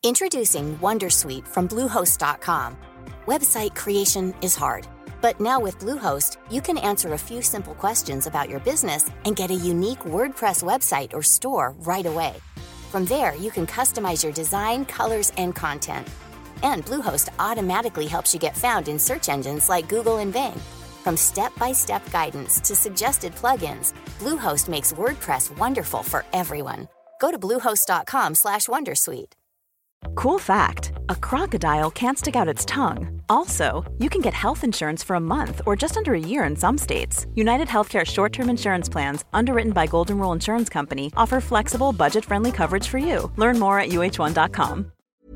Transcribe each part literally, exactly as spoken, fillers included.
Introducing Wondersuite from Bluehost dot com. Website creation is hard, but now with Bluehost, you can answer a few simple questions about your business and get a unique WordPress website or store right away. From there, you can customize your design, colors, and content. And Bluehost automatically helps you get found in search engines like Google and Bing. From step-by-step guidance to suggested plugins, Bluehost makes WordPress wonderful for everyone. Go to bluehost dot com slash wondersuite. Cool fact, a crocodile can't stick out its tongue. Also, you can get health insurance for a month or just under a year in some states. United Healthcare short-term insurance plans, underwritten by Golden Rule Insurance Company, offer flexible, budget-friendly coverage for you. Learn more at u h one dot com.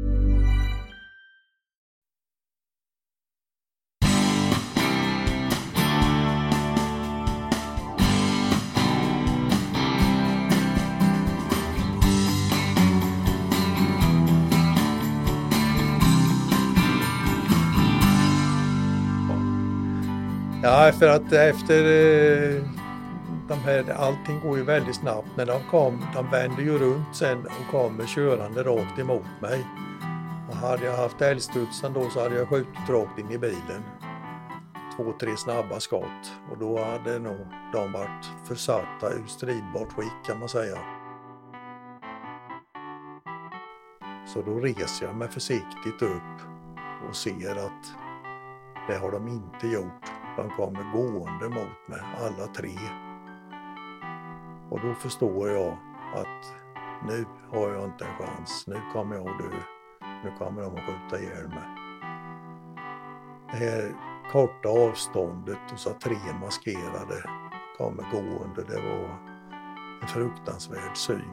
Ja, för att efter de här, allting går ju väldigt snabbt. När de kom, de vände ju runt sen och kommer körande rakt emot mig. Och hade jag haft älgstudsen då så hade jag skjutit rakt in i bilen. Två, tre snabba skott. Och då hade nog de varit försatta ur stridbart skick, kan man säga. Så då reser jag mig försiktigt upp och ser att det har de inte gjort. De kommer gående mot mig, alla tre. Och då förstår jag att nu har jag inte en chans. Nu kommer jag att dö. Nu kommer de att skjuta ihjäl mig. Det här korta avståndet och så tre maskerade kommer gående. Det var en fruktansvärd syn.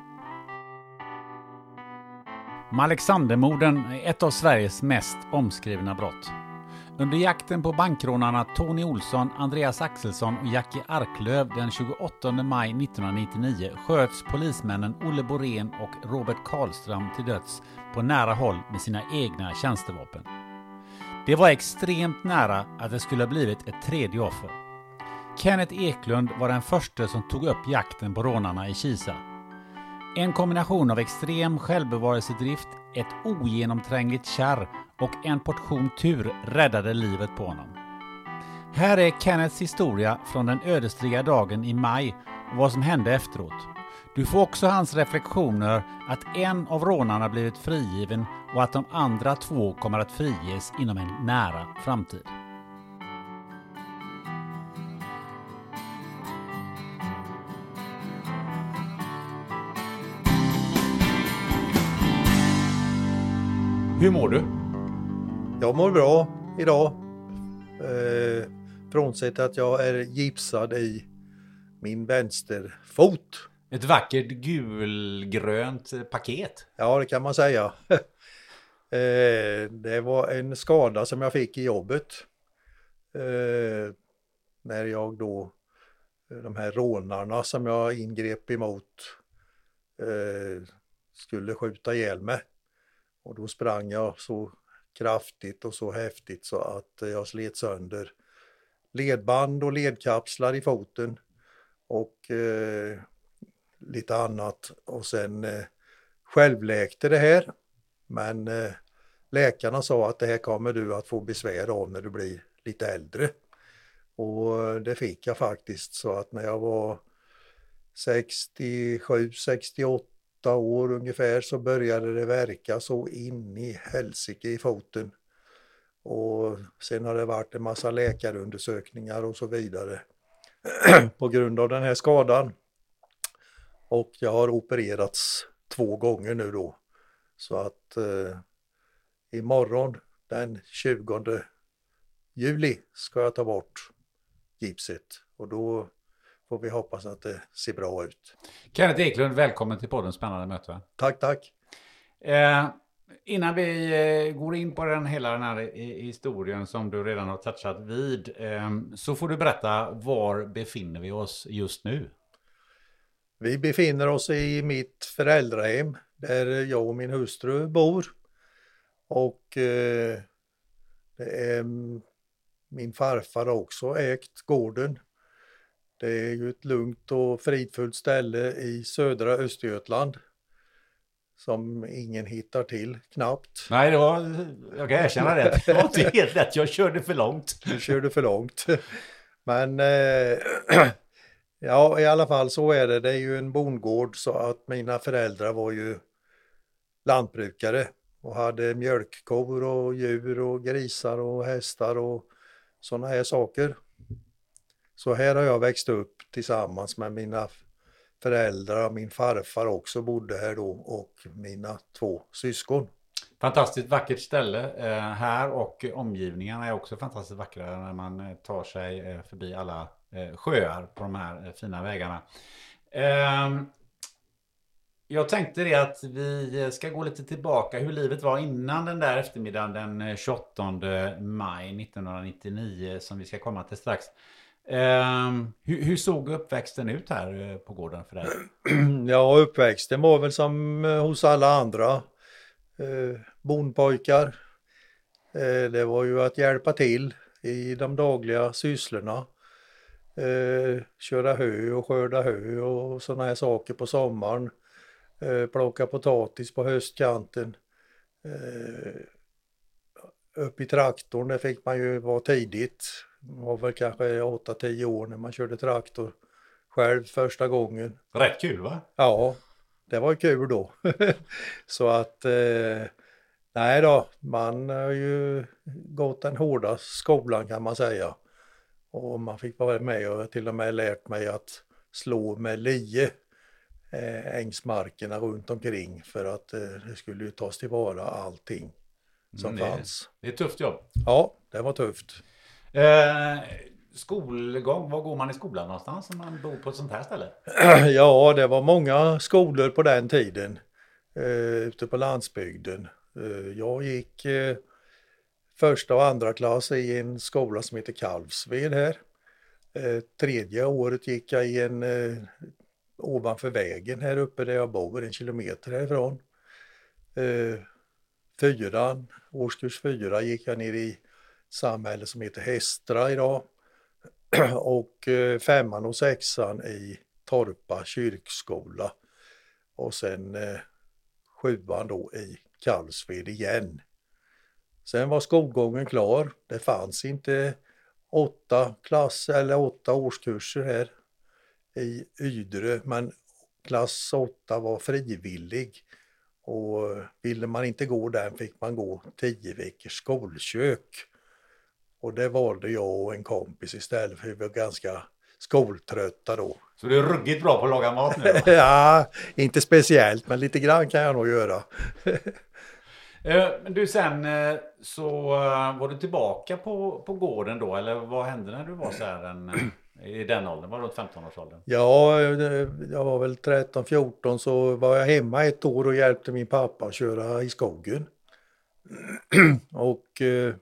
Alexandermorden är ett av Sveriges mest omskrivna brott. Under jakten på bankrånarna Tony Olsson, Andreas Axelsson och Jackie Arklöv den tjugoåttonde maj nittonhundranittionio sköts polismännen Olle Borén och Robert Karlström till döds på nära håll med sina egna tjänstevapen. Det var extremt nära att det skulle ha blivit ett tredje offer. Kenneth Eklund var den första som tog upp jakten på rånarna i Kisa. En kombination av extrem självbevarelsedrift, ett ogenomträngligt kärr och en portion tur räddade livet på honom. Här är Kenneths historia från den ödesdigra dagen i maj och vad som hände efteråt. Du får också hans reflektioner att en av rånarna blivit frigiven och att de andra två kommer att friges inom en nära framtid. Hur mår du? Jag mår bra idag. Eh, frånsett att jag är gipsad i min vänsterfot. Ett vackert gulgrönt paket. Ja, det kan man säga. eh, det var en skada som jag fick i jobbet. Eh, när jag då, de här rånarna som jag ingrep emot eh, skulle skjuta ihjäl mig. Och då sprang jag så kraftigt och så häftigt så att jag slet sönder ledband och ledkapslar i foten och eh, lite annat. Och sen eh, självläkte det här. Men eh, läkarna sa att det här kommer du att få besvär av när du blir lite äldre. Och det fick jag faktiskt, så att när jag var sextiosju sextioåtta år ungefär så började det verka så in i helsike i foten. Och sen har det varit en massa läkarundersökningar och så vidare på grund av den här skadan. Och jag har opererats två gånger nu då. Så att eh, imorgon den tjugonde juli ska jag ta bort gipset. Och då får vi hoppas att det ser bra ut. Kenneth Eklund, välkommen till podden Spännande möte. Tack, tack. Eh, innan vi eh, går in på den hela den här i, historien som du redan har touchat vid, eh, så får du berätta, var befinner vi oss just nu? Vi befinner oss i mitt föräldrahem där jag och min hustru bor. Och eh, det är min farfar också ägt gården. Det är ju ett lugnt och fridfullt ställe i södra Östergötland. som ingen hittar till knappt. Nej, det var, jag kan erkänna det. Det var inte helt lätt, jag körde för långt. Du körde för långt. Men eh, ja, i alla fall så är det. Det är ju en bondgård, så att mina föräldrar var ju lantbrukare och hade mjölkkor och djur och grisar och hästar och sådana här saker. Så här har jag växt upp tillsammans med mina föräldrar, min farfar också bodde här då och mina två syskon. Fantastiskt vackert ställe eh, här, och omgivningarna är också fantastiskt vackra när man tar sig eh, förbi alla eh, sjöar på de här eh, fina vägarna. Eh, jag tänkte det att vi ska gå lite tillbaka hur livet var innan den där eftermiddagen den tjugoåttonde maj nittonhundranittionio som vi ska komma till strax. Eh, hur, hur såg uppväxten ut här på gården för dig? Ja, uppväxten var väl som hos alla andra eh, bondpojkar. Eh, det var ju att hjälpa till i de dagliga sysslorna. Eh, köra hö och skörda hö och sådana här saker på sommaren. Eh, plocka potatis på höstkanten. Eh, upp i traktorn, det fick man ju vara tidigt. Det var väl kanske åtta tio år när man körde traktor själv första gången. Rätt kul, va? Ja, det var kul då. Så att, eh, nej då, man har ju gått den hårda skolan kan man säga. Och man fick vara med och till och med lärt mig att slå med lie eh, ängsmarkerna runt omkring för att eh, det skulle ju tas tillvara allting som mm, det, fanns. Det är ett tufft jobb. Ja, det var tufft. Eh, skolgång, var går man i skolan någonstans om man bor på ett sånt här ställe? Ja, det var många skolor på den tiden eh, ute på landsbygden. Eh, jag gick eh, första och andra klass i en skola som heter Kalvsved här. Eh, tredje året gick jag i en eh, ovanför vägen här uppe där jag bor, en kilometer härifrån. Eh, fyran, årskurs fyra gick jag ner i samhälle som heter Hästra idag. Och eh, femman och sexan i Torpa kyrkskola. Och sen eh, sjuan då i Kalvsved igen. Sen var skolgången klar. Det fanns inte åtta klass eller åtta årskurser här i Ydre, men klass åtta var frivillig. Och ville man inte gå där fick man gå tio veckors skolkök. Och det valde jag och en kompis istället, för vi var ganska skoltrötta då. Så du är ruggigt bra på att laga mat nu då? Ja, inte speciellt, men lite grann kan jag nog göra. Men du, sen så var du tillbaka på, på gården då, eller vad hände när du var så här en, i den åldern? Var det runt femton-årsåldern? Ja, jag var väl tretton fjorton, så var jag hemma ett år och hjälpte min pappa att köra i skogen. Och eh,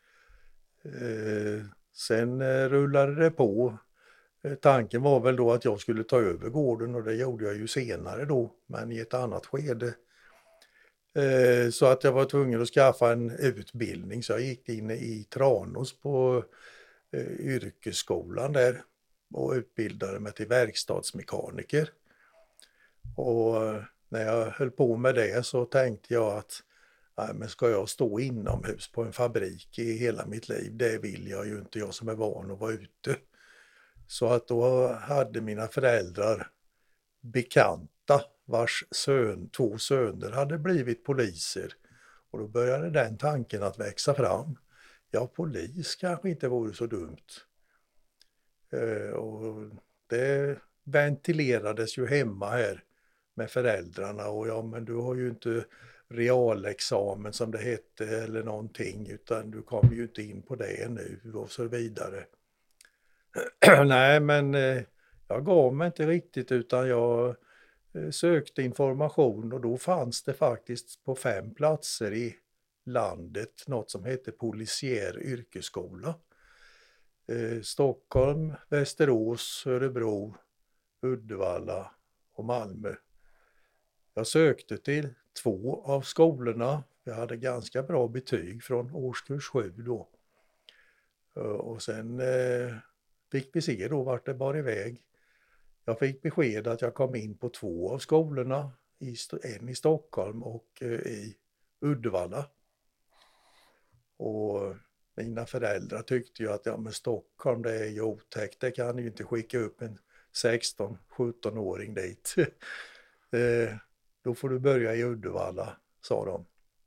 eh, sen eh, rullade det på. Eh, tanken var väl då att jag skulle ta över gården, och det gjorde jag ju senare då, men i ett annat skede. Eh, så att jag var tvungen att skaffa en utbildning, så jag gick in i Tranås på eh, yrkesskolan där och utbildade mig till verkstadsmekaniker. Och eh, när jag höll på med det så tänkte jag att nej, men ska jag stå inomhus på en fabrik i hela mitt liv? Det vill jag ju inte, jag som är van att vara ute. Så att då hade mina föräldrar bekanta vars sön, två söner hade blivit poliser. Och då började den tanken att växa fram. Ja, polis kanske inte vore så dumt. Eh, och det ventilerades ju hemma här med föräldrarna. Och ja, men du har ju inte realexamen som det hette eller någonting, utan du kommer ju inte in på det nu och så vidare. Nej, men eh, jag gav mig inte riktigt, utan jag eh, sökte information, och då fanns det faktiskt på fem platser i landet något som heter polisiär yrkesskola. Eh, Stockholm, Västerås, Örebro, Uddevalla och Malmö. Jag sökte till två av skolorna. Jag hade ganska bra betyg från årskurs sju då. Och sen eh, fick vi se då vart det bar iväg. Jag fick besked att jag kom in på två av skolorna i, en i Stockholm och i Uddevalla. Och mina föräldrar tyckte ju att ja, men Stockholm det är ju otäckt, det kan ju inte skicka upp en sexton sjutton-åring dit. eh, då får du börja i Uddevalla, sa de.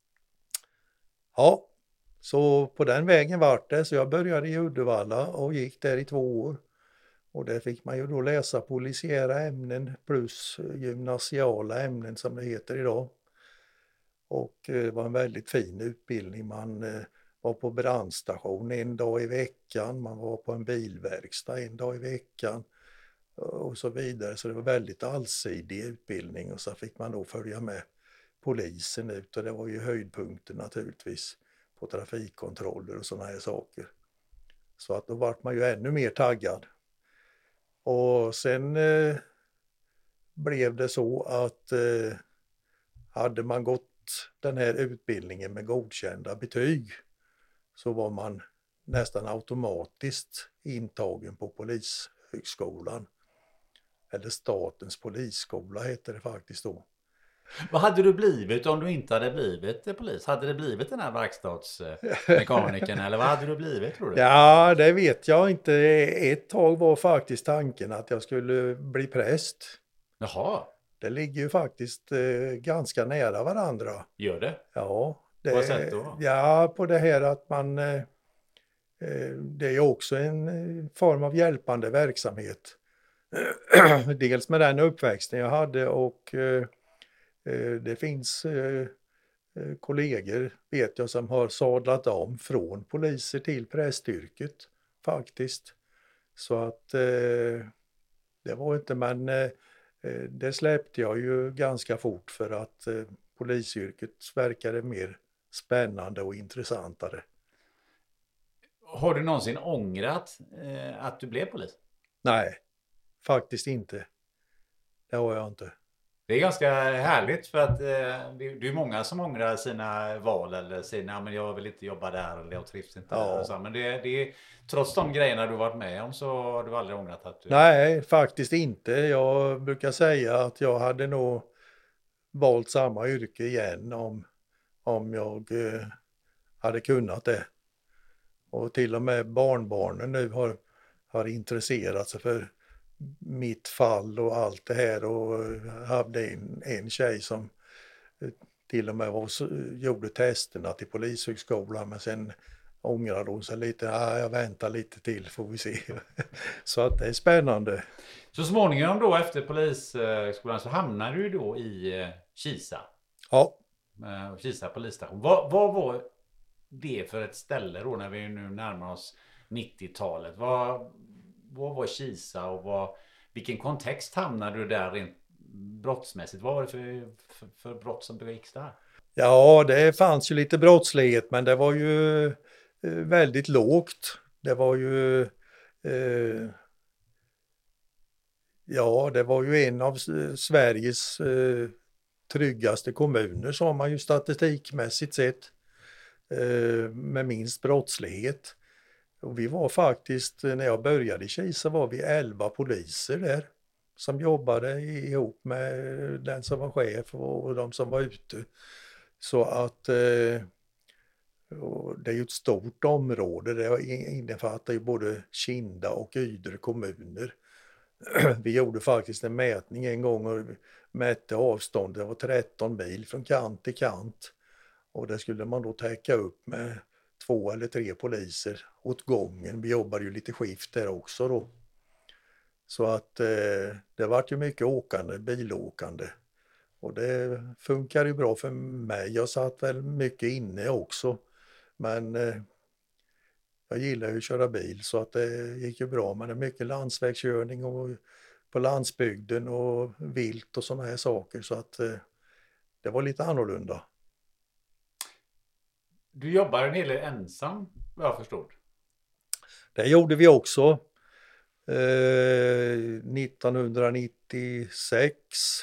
Ja, så på den vägen var det, så jag började i Uddevalla och gick där i två år. Och där fick man ju då läsa polisiära ämnen plus gymnasiala ämnen som det heter idag. Och det var en väldigt fin utbildning. Man var på brandstation en dag i veckan, man var på en bilverkstad en dag i veckan och så vidare. Så det var väldigt allsidig utbildning och så fick man då följa med polisen ut och det var ju höjdpunkten naturligtvis på trafikkontroller och sådana här saker. Så att då var man ju ännu mer taggad. Och sen eh, blev det så att eh, hade man gått den här utbildningen med godkända betyg så var man nästan automatiskt intagen på polishögskolan. Eller statens polisskola heter det faktiskt då. Vad hade du blivit om du inte hade blivit polis? Hade det blivit den här verkstadsmekanikern eller vad hade du blivit tror du? Ja, det vet jag inte. Ett tag var faktiskt tanken att jag skulle bli präst. Jaha. Det ligger ju faktiskt eh, ganska nära varandra. Gör det? Ja. Det, Vad sätt då? Ja, på det här att man... Eh, det är också en form av hjälpande verksamhet. Dels med den uppväxten jag hade och... Eh, Det finns eh, kollegor, vet jag, som har sadlat om från poliser till prästyrket faktiskt. Så att eh, det var inte, men eh, det släppte jag ju ganska fort för att eh, polisyrket verkade mer spännande och intressantare. Har du någonsin ångrat eh, att du blev polis? Nej, faktiskt inte. Det har jag inte. Det är ganska härligt för att eh, det, det är många som ångrar sina val eller sina, men jag vill inte jobba där eller jag trivs inte ja. där. Och så. Men det, det är, trots de grejerna du varit med om så har du aldrig ångrat att du... Nej, faktiskt inte. Jag brukar säga att jag hade nog valt samma yrke igen om, om jag eh, hade kunnat det. Och till och med barnbarnen nu har, har intresserat sig för mitt fall och allt det här och hade en, en tjej som till och med var, gjorde testerna till polishögskolan men sen ångrade hon sig lite. Ah, jag väntar lite till får vi se. Så att det är spännande. Så småningom då efter polishögskolan så hamnar du då i Kisa. Ja. Kisa polisstation. Vad, vad var det för ett ställe då när vi nu närmar oss nittiotalet? Vad, vad var Kisa och vad, vilken kontext hamnade du där rent brottsmässigt? Vad var det för, för, för brott som begicks där? Ja, det fanns ju lite brottslighet men det var ju eh, väldigt lågt. Det var ju eh, ja, det var ju en av Sveriges eh, tryggaste kommuner sa man ju statistikmässigt sett eh, med minst brottslighet. Och vi var faktiskt, när jag började i Kisa var vi elva poliser där som jobbade ihop med den som var chef och de som var ute. Så att eh, det är ju ett stort område, det innefattar ju både Kinda och Ydre kommuner. Vi gjorde faktiskt en mätning en gång och mätte avstånd, det var tretton mil från kant till kant. Och det skulle man då täcka upp med två eller tre poliser åt gången. Vi jobbade ju lite skift där också då. Så att eh, det var ju mycket åkande, bilåkande. Och det funkar ju bra för mig. Jag satt väl mycket inne också. Men eh, jag gillar ju att köra bil så att det gick ju bra. Men det är mycket landsvägskörning och på landsbygden och vilt och sådana här saker. Så att eh, det var lite annorlunda. Du jobbar en hel del ensam, vad jag förstod. Det gjorde vi också. Eh, nittonhundranittiosex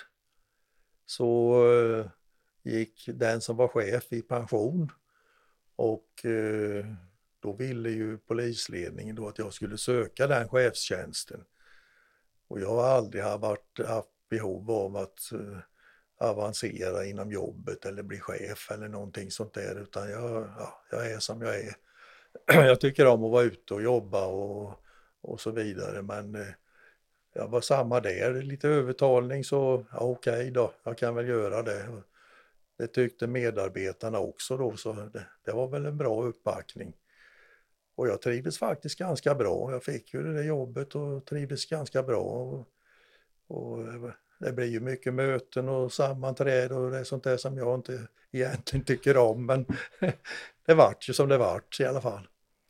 så eh, gick den som var chef i pension. Och eh, då ville ju polisledningen då att jag skulle söka den chefstjänsten. Och jag har aldrig haft, haft behov av att, avancera inom jobbet eller bli chef eller någonting sånt där, utan jag, ja, jag är som jag är. Jag tycker om att vara ute och jobba och, och så vidare, men eh, jag var samma där, lite övertalning så ja, okej okay då, jag kan väl göra det. Det tyckte medarbetarna också då, så det, det var väl en bra uppbackning. Och jag trivdes faktiskt ganska bra. Jag fick ju det där jobbet och trivdes ganska bra. Och, och det blir ju mycket möten och sammanträd och det är sånt där som jag inte egentligen tycker om. Men det vart ju som det vart i alla fall.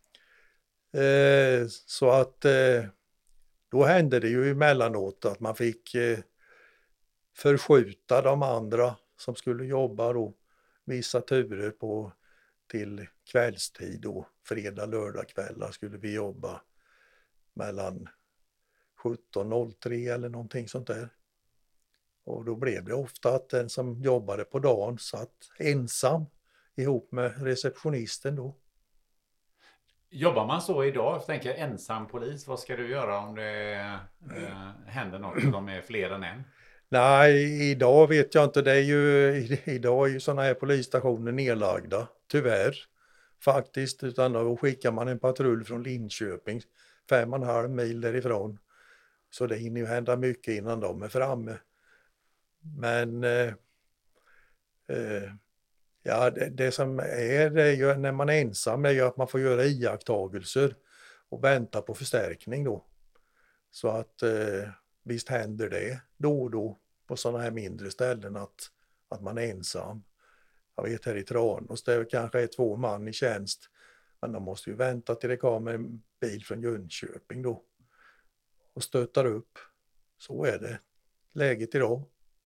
Eh, så att eh, då hände det ju emellanåt att man fick eh, förskjuta de andra som skulle jobba då vissa turer på till kvällstid och fredag, lördag kvällar skulle vi jobba mellan sjutton noll tre eller någonting sånt där. Och då blev det ofta att den som jobbade på dagen satt ensam ihop med receptionisten då. Jobbar man så idag? Jag tänker ensam polis, vad ska du göra om det eh, händer något och de är fler än en? Nej, idag vet jag inte. Det är ju, idag är ju sådana här polisstationer nedlagda, tyvärr faktiskt. Utan då skickar man en patrull från Linköping, fem och en halv mil därifrån. Så det hinner ju hända mycket innan de är framme. Men eh, eh, ja, det, det som är, det är ju när man är ensam är ju att man får göra iakttagelser och vänta på förstärkning då. Så att eh, visst händer det då och då på sådana här mindre ställen att, att man är ensam. Jag vet här i Tranås, det kanske är två man i tjänst, men de måste ju vänta till det kommer en bil från Jönköping då och stöttar upp. Så är det läget idag.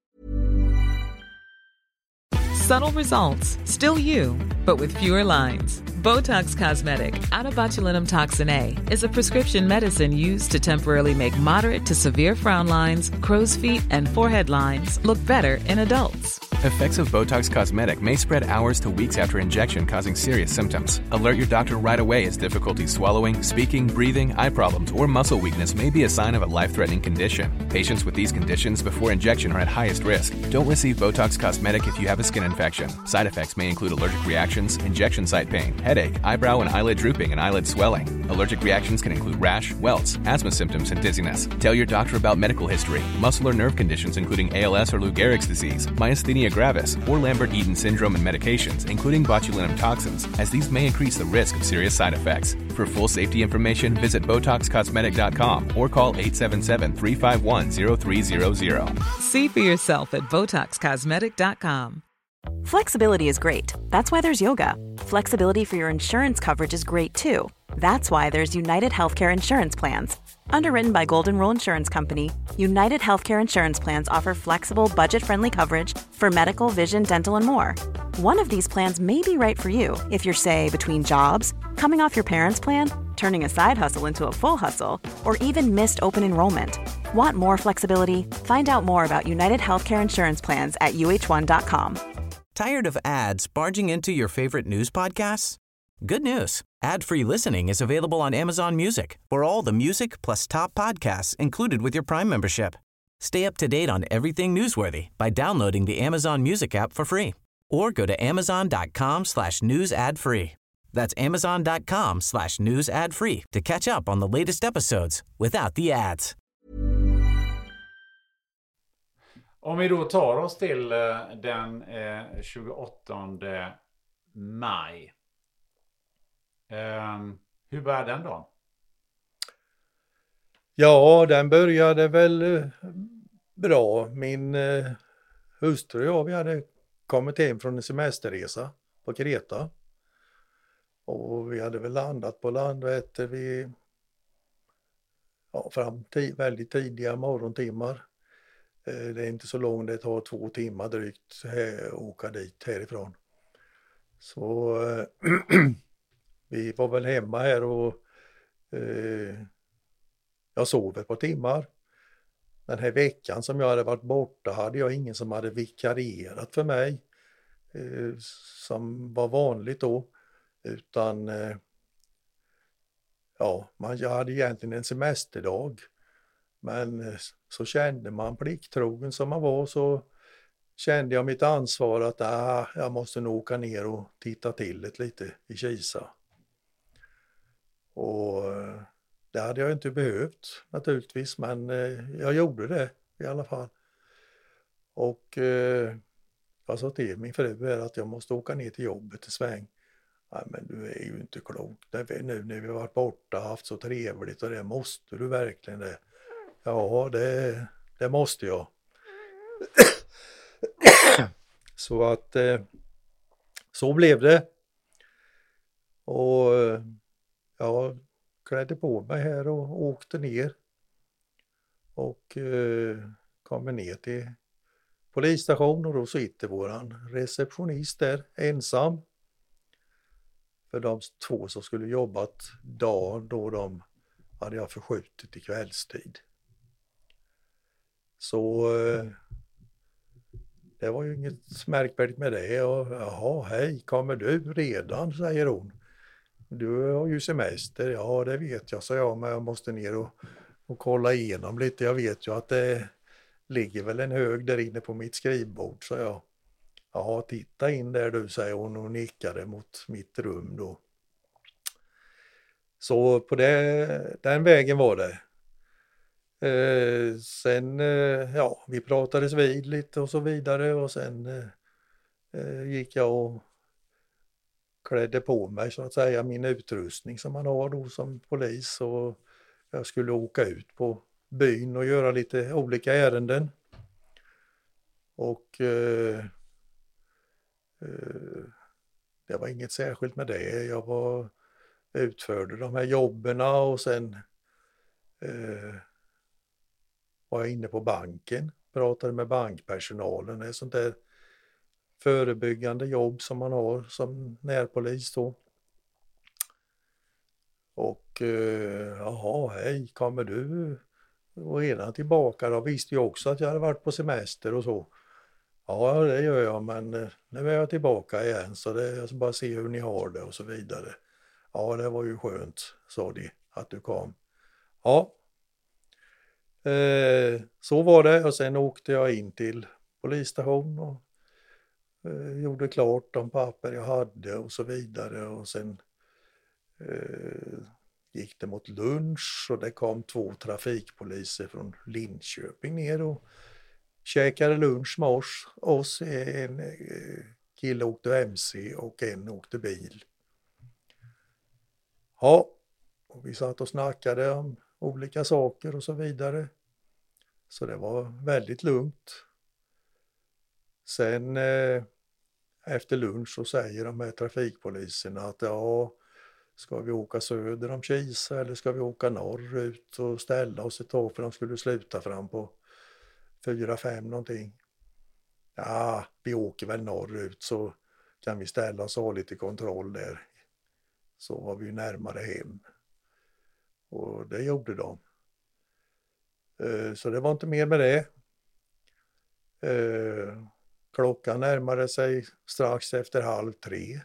Subtle results, still you, but with fewer lines. Botox Cosmetic, out of botulinum toxin A, is a prescription medicine used to temporarily make moderate to severe frown lines, crow's feet, and forehead lines look better in adults. Effects of Botox Cosmetic may spread hours to weeks after injection, causing serious symptoms. Alert your doctor right away as difficulty swallowing, speaking, breathing, eye problems, or muscle weakness may be a sign of a life-threatening condition. Patients with these conditions before injection are at highest risk. Don't receive Botox Cosmetic if you have a skin infection. Side effects may include allergic reactions, injection site pain, headache, eyebrow and eyelid drooping, and eyelid swelling. Allergic reactions can include rash, welts, asthma symptoms, and dizziness. Tell your doctor about medical history, muscle or nerve conditions including A L S or Lou Gehrig's disease, myasthenia gravis, or Lambert-Eaton syndrome, and medications, including botulinum toxins, as these may increase the risk of serious side effects. For full safety information, visit Botox Cosmetic dot com or call eight seven seven, three five one, zero three zero zero. See for yourself at Botox Cosmetic dot com. Flexibility is great. That's why there's yoga. Flexibility for your insurance coverage is great too. That's why there's United Healthcare Insurance Plans. Underwritten by Golden Rule Insurance Company, United Healthcare Insurance Plans offer flexible, budget-friendly coverage for medical, vision, dental, and more. One of these plans may be right for you if you're, say, between jobs, coming off your parents' plan, turning a side hustle into a full hustle, or even missed open enrollment. Want more flexibility? Find out more about United Healthcare Insurance Plans at U H one dot com. Tired of ads barging into your favorite news podcasts? Good news. Ad-free listening is available on Amazon Music for all the music plus top podcasts included with your Prime membership. Stay up to date on everything newsworthy by downloading the Amazon Music app for free or go to amazon.com slash news ad free. That's amazon.com slash news ad free to catch up on the latest episodes without the ads. Om vi då tar oss till den eh, tjugoåttonde maj. Eh, hur började den då? Ja, den började väl bra. Min eh, hustru och jag, vi hade kommit hem från en semesterresa på Kreta. Och vi hade väl landat på Landvetter vid ja, fram till väldigt tidiga morgontimmar. Det är inte så långt, det tar två timmar drygt att åka dit härifrån. Så äh, vi var väl hemma här och äh, jag sov ett par timmar. Den här veckan som jag hade varit borta hade jag ingen som hade vikarierat för mig. Äh, som var vanligt då. Utan äh, ja, man, jag hade egentligen en semesterdag. Men så kände man plikttrogen som man var så kände jag mitt ansvar att ah, jag måste nog åka ner och titta till det lite i Kisa. Och det hade jag inte behövt naturligtvis, men jag gjorde det i alla fall. Och eh, jag sa till min fru att jag måste åka ner till jobbet i sväng. Nej, men du är ju inte klok. Nu när vi har varit borta och haft så trevligt och det måste du verkligen det. Ja, det, det måste jag. Så att eh, så blev det. Och jag klädde på mig här och åkte ner. Och eh, kommer ner till polisstation och då sitter våran receptionist där ensam. För de två som skulle jobbat dagen då de hade jag förskjutit till kvällstid. Så eh, det var ju inget märkvärdigt med det. Och, jaha, hej, kommer du redan, säger hon. Du har ju semester, ja det vet jag, så jag, men jag måste ner och, och kolla igenom lite. Jag vet ju att det ligger väl en hög där inne på mitt skrivbord, så jag. Ja, titta in där du, säger hon och nickade mot mitt rum då. Så på det, den vägen var det. Eh, sen, eh, ja, vi pratades vid lite och så vidare och sen eh, gick jag och klädde på mig så att säga min utrustning som man har då som polis, och jag skulle åka ut på byn och göra lite olika ärenden. Och eh, eh, det var inget särskilt med det. Jag var utförde de här jobberna och sen eh, var jag inne på banken, pratade med bankpersonalen. Det är sånt där förebyggande jobb som man har som närpolis då. Och eh, jaha, hej, kommer du och redan tillbaka? Jag visste ju också att jag hade varit på semester och så. Ja, det gör jag, men nu är jag tillbaka igen, så det, jag ska bara se hur ni har det och så vidare. Ja, det var ju skönt, sa de, att du kom. Ja, eh, så var det, och sen åkte jag in till polisstation och eh, gjorde klart de papper jag hade och så vidare, och sen eh, gick det mot lunch och det kom två trafikpoliser från Linköping ner och käkade lunch med oss. oss en eh, kille åkte M C och en åkte bil. Ja, och vi satt och snackade om olika saker och så vidare. Så det var väldigt lugnt. Sen eh, efter lunch så säger de här trafikpoliserna att ja, ska vi åka söder om Kisa eller ska vi åka norrut och ställa oss ett tag, för de skulle sluta fram på fyra, fem någonting. Ja, vi åker väl norrut så kan vi ställa oss och ha lite kontroll där. Så var vi närmare hem. Och det gjorde de. Så det var inte mer med det. Klockan närmade sig strax efter halv tre.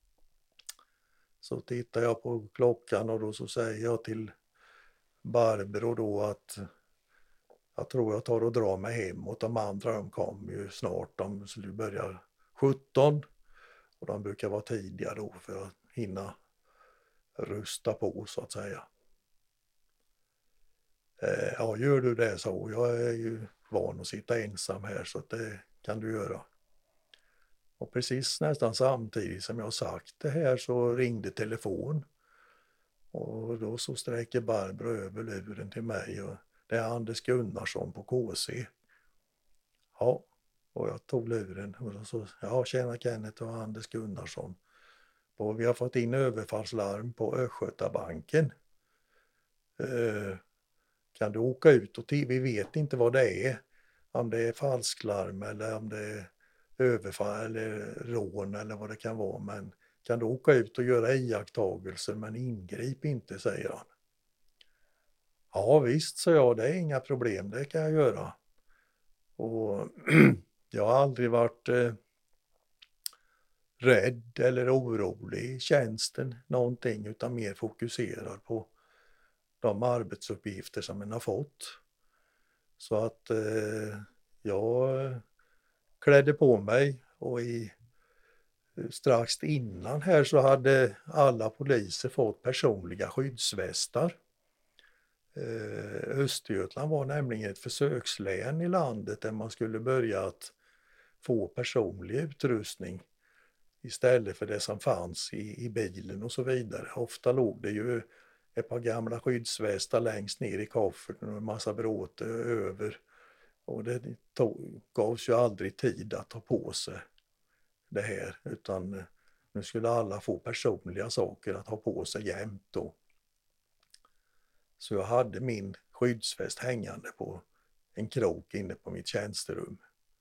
Så tittar jag på klockan och då så säger jag till Barbro då att jag tror jag tar och drar mig hem, och de andra de kommer ju snart. De skulle börja sjutton och de brukar vara tidiga då för att hinna rusta på så att säga. Eh, ja, gör du det, så jag är ju van att sitta ensam här, så att det kan du göra. Och precis nästan samtidigt som jag sagt det här så ringde telefon. Och då så sträcker Barbro över luren till mig, och det är Anders Gunnarsson på K C. Ja, och jag tog luren och så, ja, tjena Kenneth och Anders Gunnarsson. Och vi har fått in överfallslarm på Östgötabanken. Eh, kan du åka ut och till, vi vet inte vad det är. Om det är falsklarm eller om det är överfall eller rån eller vad det kan vara. Men kan du åka ut och göra iakttagelser, men ingrip inte, säger han. Ja visst, så jag, det är inga problem, det kan jag göra. Och jag har aldrig varit eh, rädd eller orolig i tjänsten någonting, utan mer fokuserad på de arbetsuppgifter som man har fått. Så att eh, jag klädde på mig och i, strax innan här så hade alla poliser fått personliga skyddsvästar. Östergötland var nämligen ett försökslän i landet där man skulle börja att få personlig utrustning istället för det som fanns i, i bilen och så vidare. Ofta låg det ju ett par gamla skyddsvästar längst ner i kofferten och en massa bråte över. Och det tog, gavs ju aldrig tid att ta på sig det här, utan nu skulle alla få personliga saker att ha på sig jämt då. Så jag hade min skyddsväst hängande på en krok inne på mitt tjänsterum.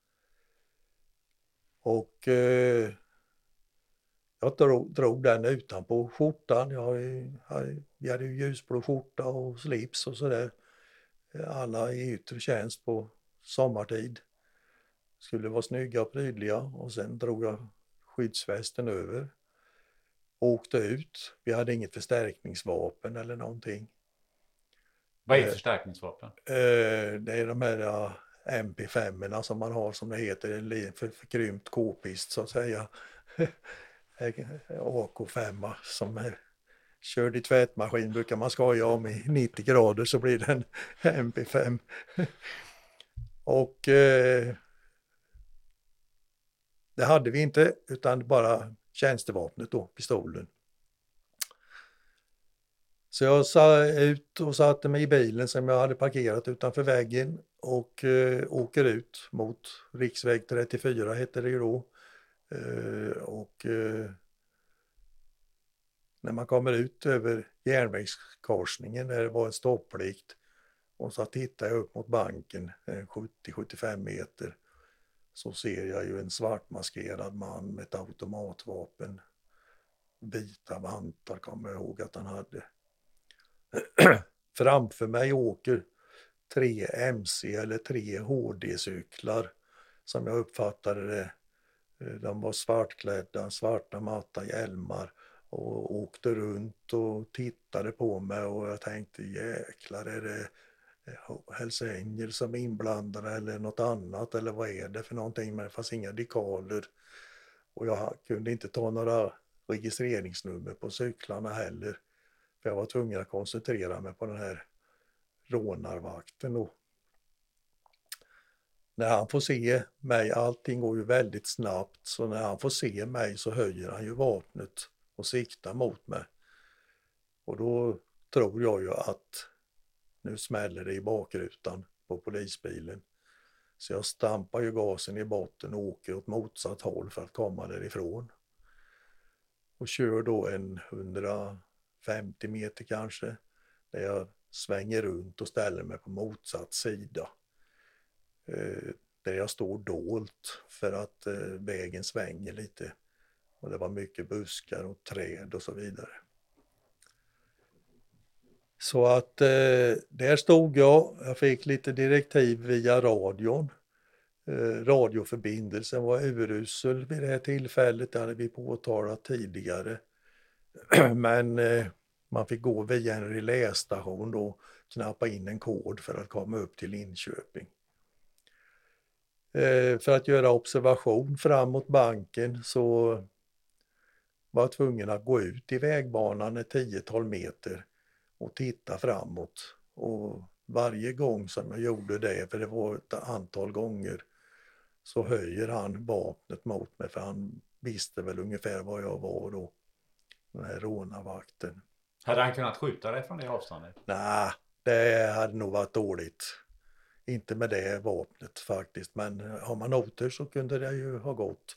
Och eh, jag drog, drog den utanpå skjortan. Jag, jag, jag hade ju ljusblå skjorta och slips och sådär. Alla i yttre tjänst på sommartid. Skulle vara snygga och prydliga. Och sen drog jag skyddsvästen över. Åkte ut. Vi hade inget förstärkningsvapen eller någonting. Vad är förstärkningsvapen? Eh, det är de här M P fem som man har, som det heter, en för, förkrympt k-pist så att säga. A K fem som är körd i tvättmaskin brukar man skoja om i nittio grader, så blir det en M P fem. Och eh, det hade vi inte, utan bara tjänstevapnet då, pistolen. Så jag sa ut och satte mig i bilen som jag hade parkerat utanför väggen och eh, åker ut mot riksväg trettiofyra hette det ju då. Eh, och eh, när man kommer ut över järnvägskorsningen där det var en stopplikt och så tittar jag upp mot banken eh, sjuttio till sjuttiofem meter, så ser jag ju en svartmaskerad man med ett automatvapen. Vita vantar kommer jag ihåg att han hade. Framför mig åker tre M C eller tre H D-cyklar som jag uppfattade det. De var svartklädda, svarta matta hjälmar och åkte runt och tittade på mig och jag tänkte jäklar, är det Hells Angels som är inblandade eller något annat eller vad är det för någonting, men det fanns inga dekaler och jag kunde inte ta några registreringsnummer på cyklarna heller. För jag var tvungen att koncentrera mig på den här rånarvakten då. När han får se mig, allting går ju väldigt snabbt, så när han får se mig så höjer han ju vapnet och siktar mot mig. Och då tror jag ju att nu smäller det i bakrutan på polisbilen. Så jag stampar ju gasen i botten och åker åt motsatt håll för att komma därifrån. Och kör då en hundrafemtio meter kanske, där jag svänger runt och ställer mig på motsatt sida. Eh, där jag står dolt för att eh, vägen svänger lite. Och det var mycket buskar och träd och så vidare. Så att eh, där stod jag, jag fick lite direktiv via radion. Eh, radioförbindelsen var urusel vid det här tillfället, det hade vi påtalat tidigare. Men eh, man fick gå via en relästation då, knappa in en kod för att komma upp till Linköping. Eh, för att göra observation fram mot banken så var jag tvungen att gå ut i vägbanan ett tiotal meter och titta framåt. Och varje gång som jag gjorde det, för det var ett antal gånger, så höjer han vapnet mot mig, för han visste väl ungefär var jag var då, den här rånarvakten. Hade han kunnat skjuta dig från det avståndet? Nej, det hade nog varit dåligt. Inte med det vapnet faktiskt, men har man otur så kunde det ju ha gått.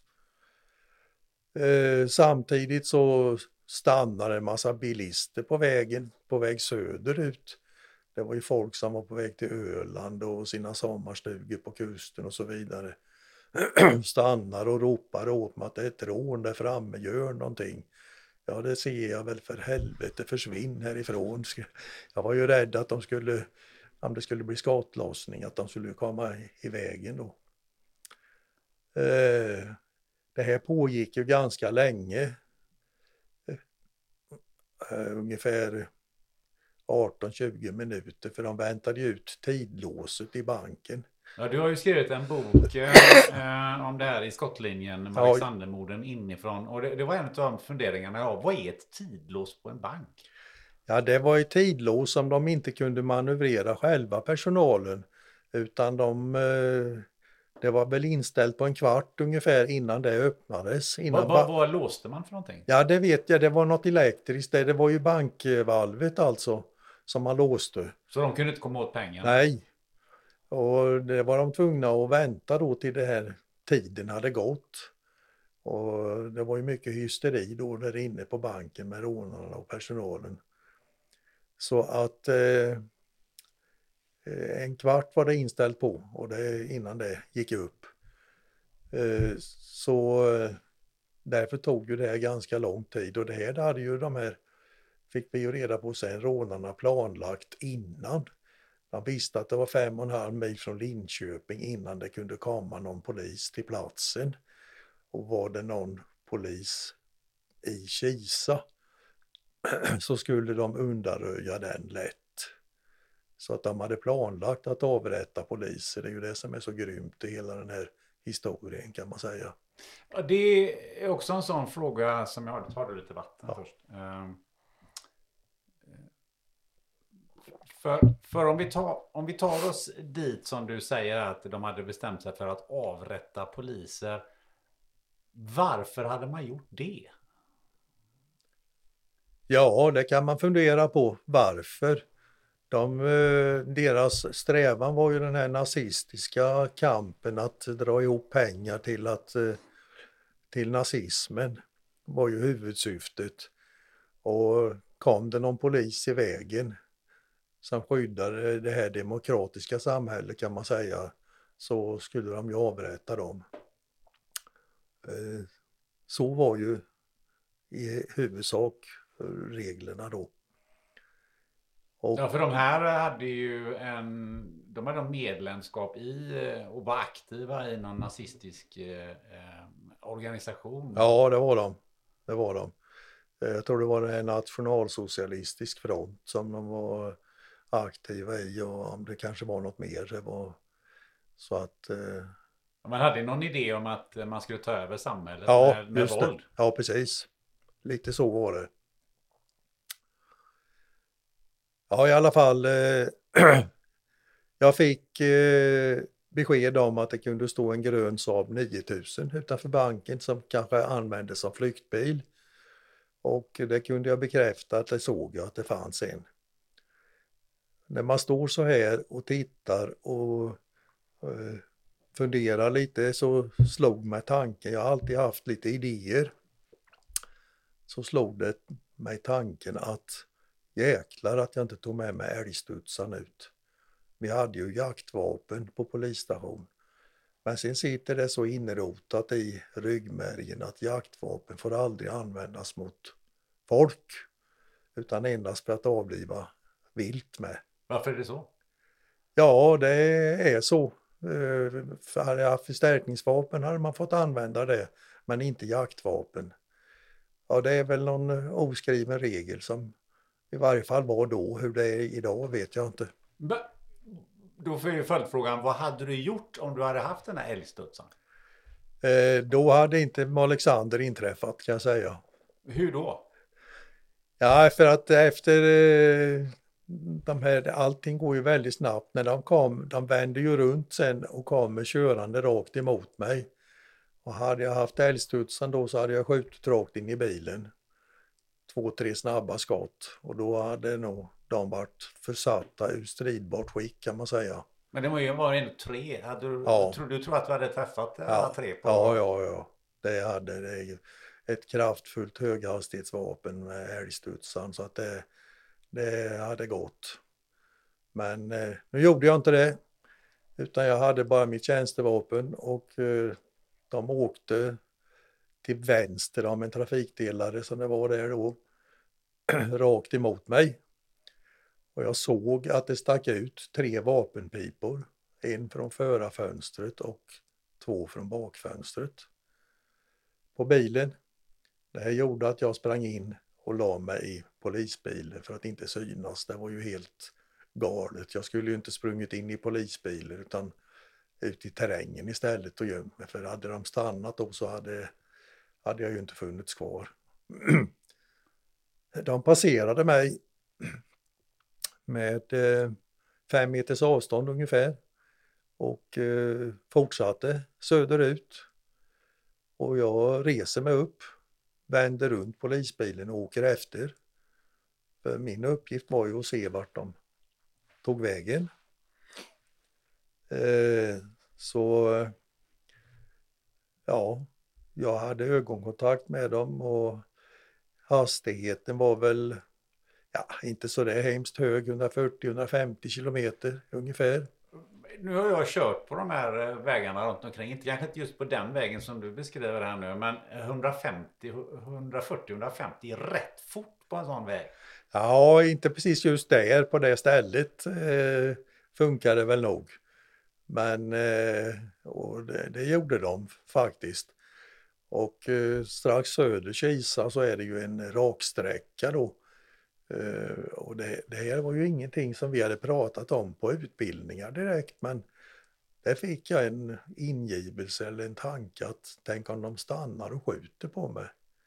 Eh, samtidigt så stannade en massa bilister på vägen, på väg söderut. Det var ju folk som var på väg till Öland och sina sommarstugor på kusten och så vidare. Stannar och ropar åt mig att det är ett rån där framme, gör någonting. Ja, det ser jag väl, för helvete, försvinn härifrån. Jag var ju rädd att de skulle, om det skulle bli skottlossning, att de skulle komma i, i vägen då. Eh, det här pågick ju ganska länge. Uh, ungefär arton till tjugo minuter, för de väntade ut tidlåset i banken. Ja, du har ju skrivit en bok eh, om det här i skottlinjen med Alexandermorden inifrån. Och det, det var en av de funderingarna jag har. Vad är ett tidlås på en bank? Ja, det var ett tidlås som de inte kunde manövrera själva, personalen. Utan de, eh, det var väl inställt på en kvart ungefär innan det öppnades. Innan vad, vad, vad låste man för någonting? Ja, det vet jag. Det var något elektriskt. Det, det var ju bankvalvet alltså som man låste. Så de kunde inte komma åt pengarna? Nej. Och det var de tvungna att vänta då till det här tiden hade gått. Och det var ju mycket hysteri då där inne på banken med rånarna och personalen. Så att eh, en kvart var det inställt på och det innan det gick upp. Eh, så eh, därför tog ju det här ganska lång tid och det här det hade ju de här, fick vi ju reda på sen, rånarna planlagt innan. Man visste att det var fem och en halv mil från Linköping innan det kunde komma någon polis till platsen. Och var det någon polis i Kisa så skulle de undanröja den lätt. Så att de hade planlagt att avrätta poliser. Det är ju det som är så grymt i hela den här historien kan man säga. Ja, det är också en sån fråga som jag har tagit lite vatten ja. först. Um, för, för om vi tar, om vi tar oss dit som du säger att de hade bestämt sig för att avrätta poliser. Varför hade man gjort det? Ja, det kan man fundera på. Varför? De, deras strävan var ju den här nazistiska kampen att dra ihop pengar till, att, till nazismen. Var ju huvudsyftet. Och kom det någon polis i vägen som skyddade det här demokratiska samhället kan man säga, så skulle de ju avrätta dem. Så var ju i huvudsak reglerna då. Och, ja, för de här hade ju en, de hade medlemskap i och var aktiva i någon nazistisk eh, organisation. Ja, det var de. Det var de. Jag tror det var en nationalsocialistisk front som de var aktiva i och om det kanske var något mer. Det var så att... Eh, man hade någon idé om att man skulle ta över samhället ja, med, med just våld. Det. Ja, precis. Lite så var det. Ja, i alla fall. Eh, jag fick eh, besked om att det kunde stå en grön Saab nio tusen utanför banken som kanske användes som flyktbil. Och det kunde jag bekräfta att det såg jag att det fanns en. När man står så här och tittar och eh, funderar lite så slog mig tanken, jag har alltid haft lite idéer. Så slog det mig tanken att jäklar att jag inte tog med mig älgstudsan ut. Vi hade ju jaktvapen på polisstation. Men sen sitter det så inrotat i ryggmärgen att jaktvapen får aldrig användas mot folk. Utan endast för att avliva vilt med. Varför är det så? Ja, det är så. För hade jag haft förstärkningsvapen hade man fått använda det. Men inte jaktvapen. Ja, det är väl någon oskriven regel som i varje fall var då. Hur det är idag vet jag inte. Men, då får ju följdfrågan, vad hade du gjort om du hade haft den här älgstudsan? Eh, då hade inte Alexander inträffat kan jag säga. Hur då? Ja, för att efter eh, de här, allting går ju väldigt snabbt. När de kom, de vände ju runt sen och kommer körande rakt emot mig. Och hade jag haft älgstudsan då så hade jag skjutit rakt in i bilen. Två, tre snabba skott. Och då hade nog de varit försatta ur stridbart skick kan man säga. Men det var ju bara ändå tre. Hade du, ja. tror, du tror att du hade träffat alla ja. tre på? Ja, ja, ja. Det hade det. Ett kraftfullt höghastighetsvapen med älgstudsan så att det, det hade gått. Men eh, nu gjorde jag inte det. Utan jag hade bara mitt tjänstevapen och eh, de åkte till vänster om en trafikdelare som det var där då. Rakt emot mig. Och jag såg att det stack ut tre vapenpipor. En från förarfönstret och två från bakfönstret. På bilen. Det här gjorde att jag sprang in och la mig i polisbilen för att inte synas. Det var ju helt galet. Jag skulle ju inte sprungit in i polisbilen utan ut i terrängen istället och gömt mig. För hade de stannat då så hade, hade jag ju inte funnits kvar. De passerade mig med eh, fem meters avstånd ungefär och eh, fortsatte söderut. Och jag reser mig upp, vänder runt polisbilen och åker efter. För min uppgift var ju att se vart de tog vägen. Eh, så ja, jag hade ögonkontakt med dem och hastigheten var väl ja, inte så där hemskt hög, hundrafyrtio till hundrafemtio kilometer ungefär. Nu har jag kört på de här vägarna runt omkring, inte kanske inte just på den vägen som du beskriver här nu, men hundrafemtio, hundrafyrtio, hundrafemtio är rätt fort på en sån väg. Ja, inte precis just där på det stället eh, funkar det väl nog. Men eh, och det, det gjorde de faktiskt. Och eh, strax söder Kisa så är det ju en raksträcka då. Uh, och det, det här var ju ingenting som vi hade pratat om på utbildningar direkt, men där fick jag en ingivelse eller en tanke att tänk om de stannar och skjuter på mig.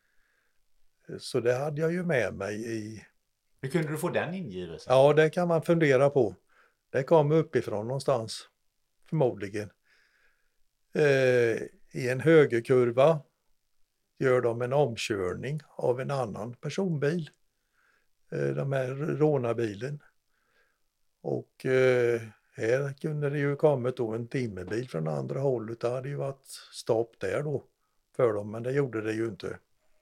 Uh, så det hade jag ju med mig i... Hur kunde du få den ingivelsen? Ja, det kan man fundera på. Det kom uppifrån någonstans, förmodligen. Uh, I en högerkurva gör de en omkörning av en annan personbil. De här rånarbilen. Och eh, här kunde det ju kommit då en timmerbil från andra hållet. Det hade ju varit stopp där då för dem, men det gjorde det ju inte.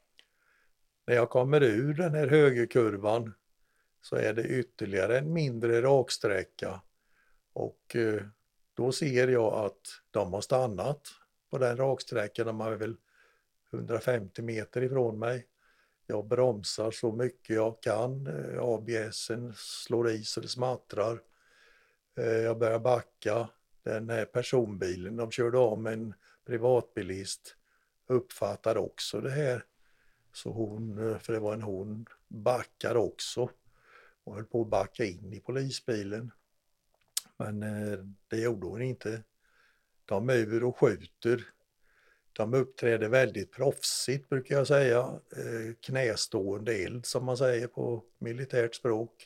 När jag kommer ur den här högerkurvan så är det ytterligare en mindre raksträcka. Och eh, då ser jag att de har stannat på den raksträckan. De är väl hundrafemtio meter ifrån mig. Jag bromsar så mycket jag kan. A B S:en slår i så det smattrar. Jag börjar backa. Den här personbilen, de körde om en privatbilist, uppfattar också det här. Så hon, för det var en hon, backar också. Och höll på att backa in i polisbilen. Men det gjorde hon inte. De är ur och skjuter. De uppträder väldigt proffsigt brukar jag säga, eh, knästående eld som man säger på militärt språk.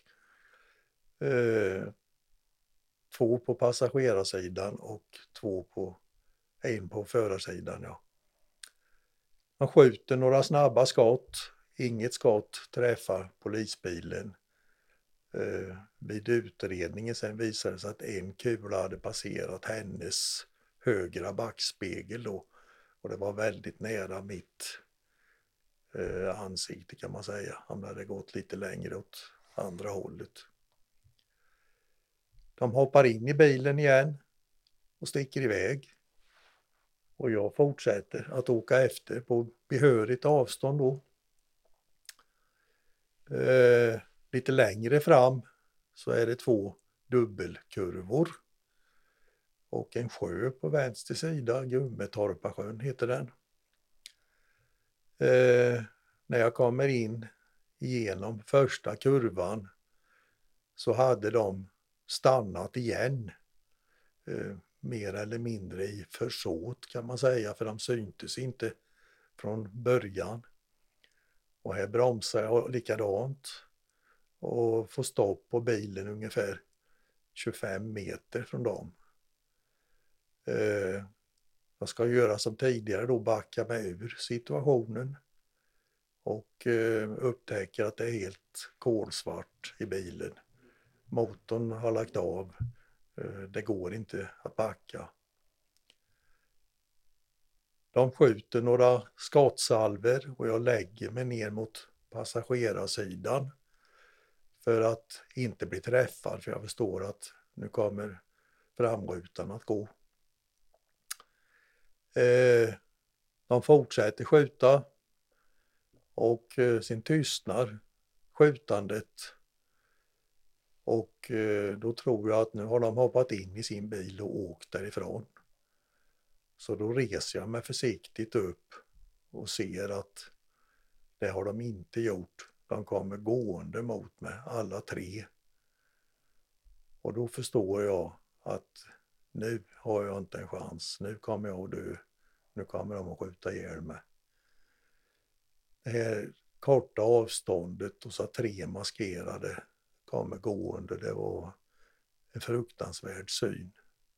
Eh, två på passagerarsidan och två på, en på förarsidan. Ja. Man skjuter några snabba skott, inget skott träffar polisbilen. Eh, vid utredningen sen visade det sig att en kula hade passerat hennes högra backspegel då. Och det var väldigt nära mitt eh, ansikte kan man säga. Han hade gått lite längre åt andra hållet. De hoppar in i bilen igen och sticker iväg. Och jag fortsätter att åka efter på behörigt avstånd då. Eh, lite längre fram så är det två dubbelkurvor. Och en sjö på vänster sida, Gummetorpasjön heter den. Eh, när jag kommer in igenom första kurvan så hade de stannat igen. Eh, mer eller mindre i försåt kan man säga, för de syntes inte från början. Och här bromsar jag likadant och får stopp på bilen ungefär tjugofem meter från dem. Eh, jag ska göra som tidigare då, backa mig ur situationen och eh, upptäcker att det är helt kolsvart i bilen. Motorn har lagt av, eh, det går inte att backa. De skjuter några skottsalver och jag lägger mig ner mot passagerarsidan för att inte bli träffad, för jag förstår att nu kommer framrutan att gå. Eh, de fortsätter skjuta och eh, sin tystnar skjutandet. Och eh, då tror jag att nu har de hoppat in i sin bil och åkt därifrån. Så då reser jag mig försiktigt upp och ser att det har de inte gjort. De kommer gående mot mig, alla tre. Och då förstår jag att nu har jag inte en chans, nu kommer jag att dö, nu kommer de att skjuta ihjäl mig. Det här korta avståndet och så tre maskerade kommer gående, det var en fruktansvärd syn.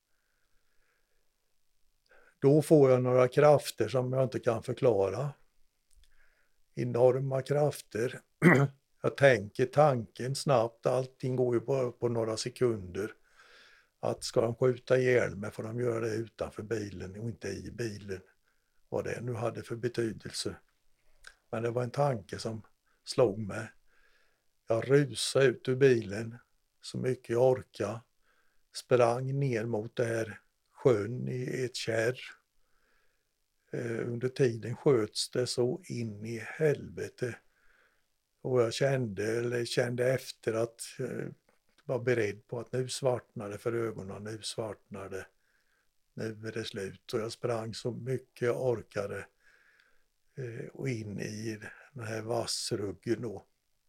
Då får jag några krafter som jag inte kan förklara. Enorma krafter. Jag tänker tanken snabbt, allting går ju bara på några sekunder. Att ska de skjuta ihjäl mig får de göra det utanför bilen och inte i bilen. Vad det nu hade för betydelse. Men det var en tanke som slog mig. Jag rusade ut ur bilen så mycket jag orkade. Sprang ner mot det här sjön i ett kärr. Eh, under tiden sköts det så in i helvete. Och jag kände, eller kände efter att eh, var beredd på att nu svartnade för ögonen, nu svartnade. Nu är det slut. Och jag sprang så mycket jag orkade eh, och in i den här vassruggen då.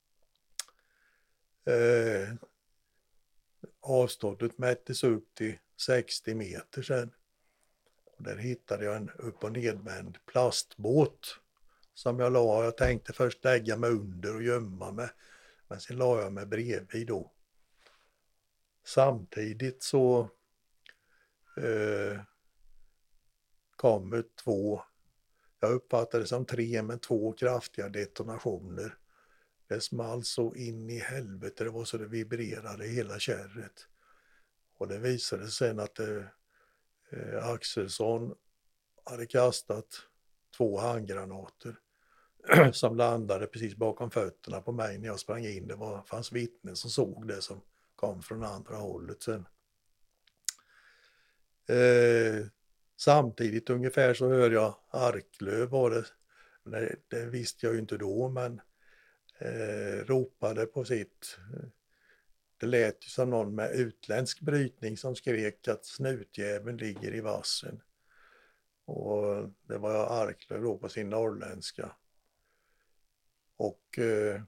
Eh, avståndet mättes upp till sextio meter sedan. Och där hittade jag en upp- och nedvänd plastbåt som jag la. Jag tänkte först lägga mig under och gömma mig. Men sen la jag mig bredvid då. Samtidigt så eh, kommer två, jag uppfattade det som tre men två kraftiga detonationer. Det small så in i helvete, det var så det vibrerade i hela kärret. Och det visade sig sen att eh, Axelsson hade kastat två handgranater som landade precis bakom fötterna på mig när jag sprang in. Det var, fanns vittnen som såg det som kom från andra hållet sen. Eh, samtidigt ungefär så hör jag Arklöv var det. Det, det visste jag ju inte då, men eh, ropade på sitt. Det lät ju som någon med utländsk brytning som skrek att snutjäveln ligger i vassen. Och det var Arklöv då på sin norrländska. Och eh,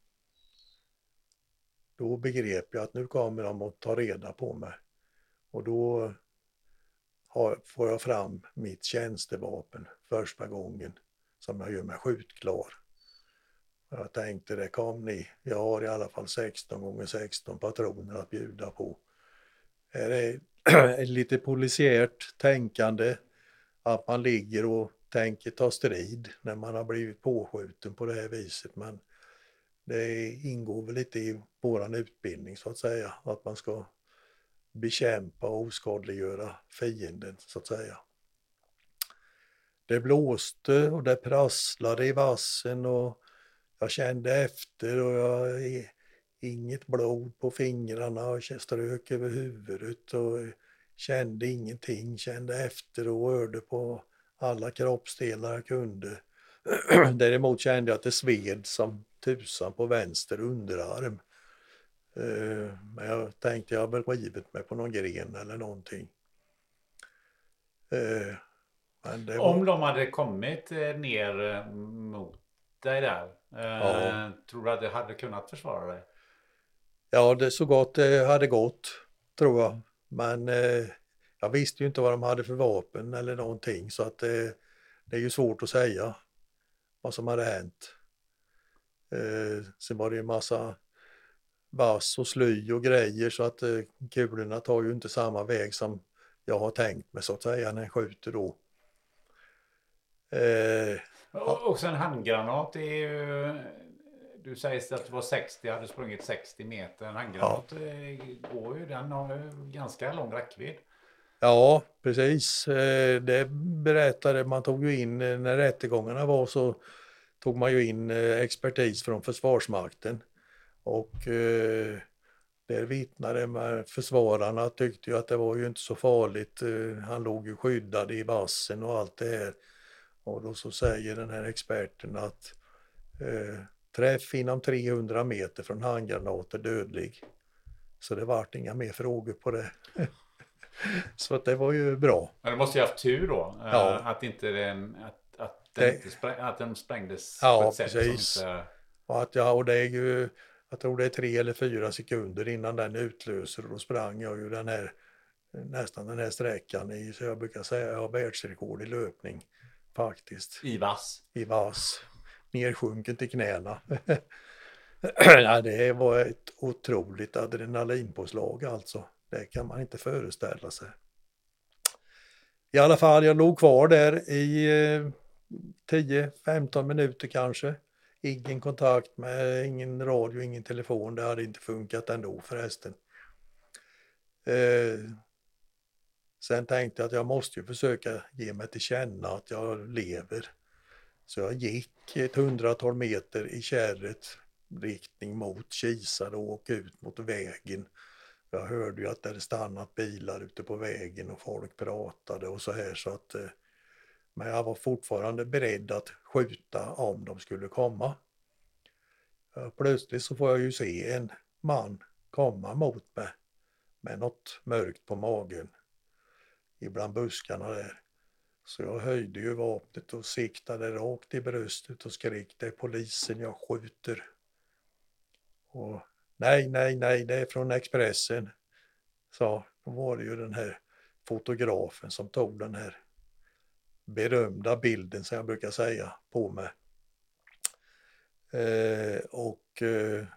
då begrep jag att nu kommer de att ta reda på mig. Och då har, får jag fram mitt tjänstevapen första gången som jag gör mig skjutklar. Jag tänkte, det kom ni. Jag har i alla fall sexton gånger sexton patroner att bjuda på. Det är ett lite polisiärt tänkande att man ligger och tänker ta strid när man har blivit påskjuten på det här viset. Men det ingår väl lite i våran utbildning så att säga. Att man ska bekämpa och oskadliggöra fienden så att säga. Det blåste och det prasslade i vassen och jag kände efter och jag inget blod på fingrarna och strök över huvudet och kände ingenting, kände efter och hörde på alla kroppsdelar jag kunde. Däremot kände jag att det sved som tusan på vänster underarm. Men jag tänkte jag har väl rivit mig på någon gren eller någonting. Men det var... Om de hade kommit ner mot dig där, ja. Tror du att det hade kunnat försvara dig? Ja, det så gott det hade gått, tror jag. Men eh, jag visste ju inte vad de hade för vapen eller någonting. Så att eh, det är ju svårt att säga vad som hade hänt. Eh, sen var det ju en massa vass och sly och grejer. Så att eh, kulorna tar ju inte samma väg som jag har tänkt mig så att säga när jag skjuter då. Eh, och, och sen handgranat är ju... Du säger att det var sextio, hade sprungit sextio meter. En handgranat ja. Går ju, den har ju ganska lång räckvidd. Ja, precis. Det berättade, man tog ju in, när rättegångarna var så tog man ju in expertis från Försvarsmakten. Och eh, där vittnade med försvararna tyckte ju att det var ju inte så farligt. Han låg ju skyddad i vassen och allt det här. Och då så säger den här experten att eh, träff inom trehundra meter från handgranater dödlig. Så det vart inga mer frågor på det. Så att det var ju bra. Men du måste ju haft tur då. Ja. Att inte den, att, att den, det, inte spräng, att den sprängdes ja, på ett sätt precis. som inte... Och att jag, och det är ju, jag tror det är tre eller fyra sekunder innan den utlöser. Och då sprang jag ju den här nästan den här sträckan i, så jag brukar säga jag har världsrekord i löpning faktiskt. I vass? I vass. Nersjunken till knäna. Ja, det var ett otroligt adrenalinpåslag alltså. Det kan man inte föreställa sig. I alla fall, jag låg kvar där i eh, tio femton minuter kanske. Ingen kontakt med, ingen radio, ingen telefon. Det hade inte funkat ändå förresten. Eh, sen tänkte jag att jag måste ju försöka ge mig till känna att jag lever. Så jag gick ett hundratal meter i kärret riktning mot Kisa och åkte ut mot vägen. Jag hörde ju att det hade stannat bilar ute på vägen och folk pratade och så här, så att eh, men jag var fortfarande beredd att skjuta om de skulle komma. Plötsligt så får jag ju se en man komma mot mig med något mörkt på magen ibland buskarna där. Så jag höjde ju vapnet och siktade rakt i bröstet och skrek: det är polisen, jag skjuter. Och nej, nej, nej, det är från Expressen. Så då var det ju den här fotografen som tog den här berömda bilden, som jag brukar säga, på mig. Eh, och eh,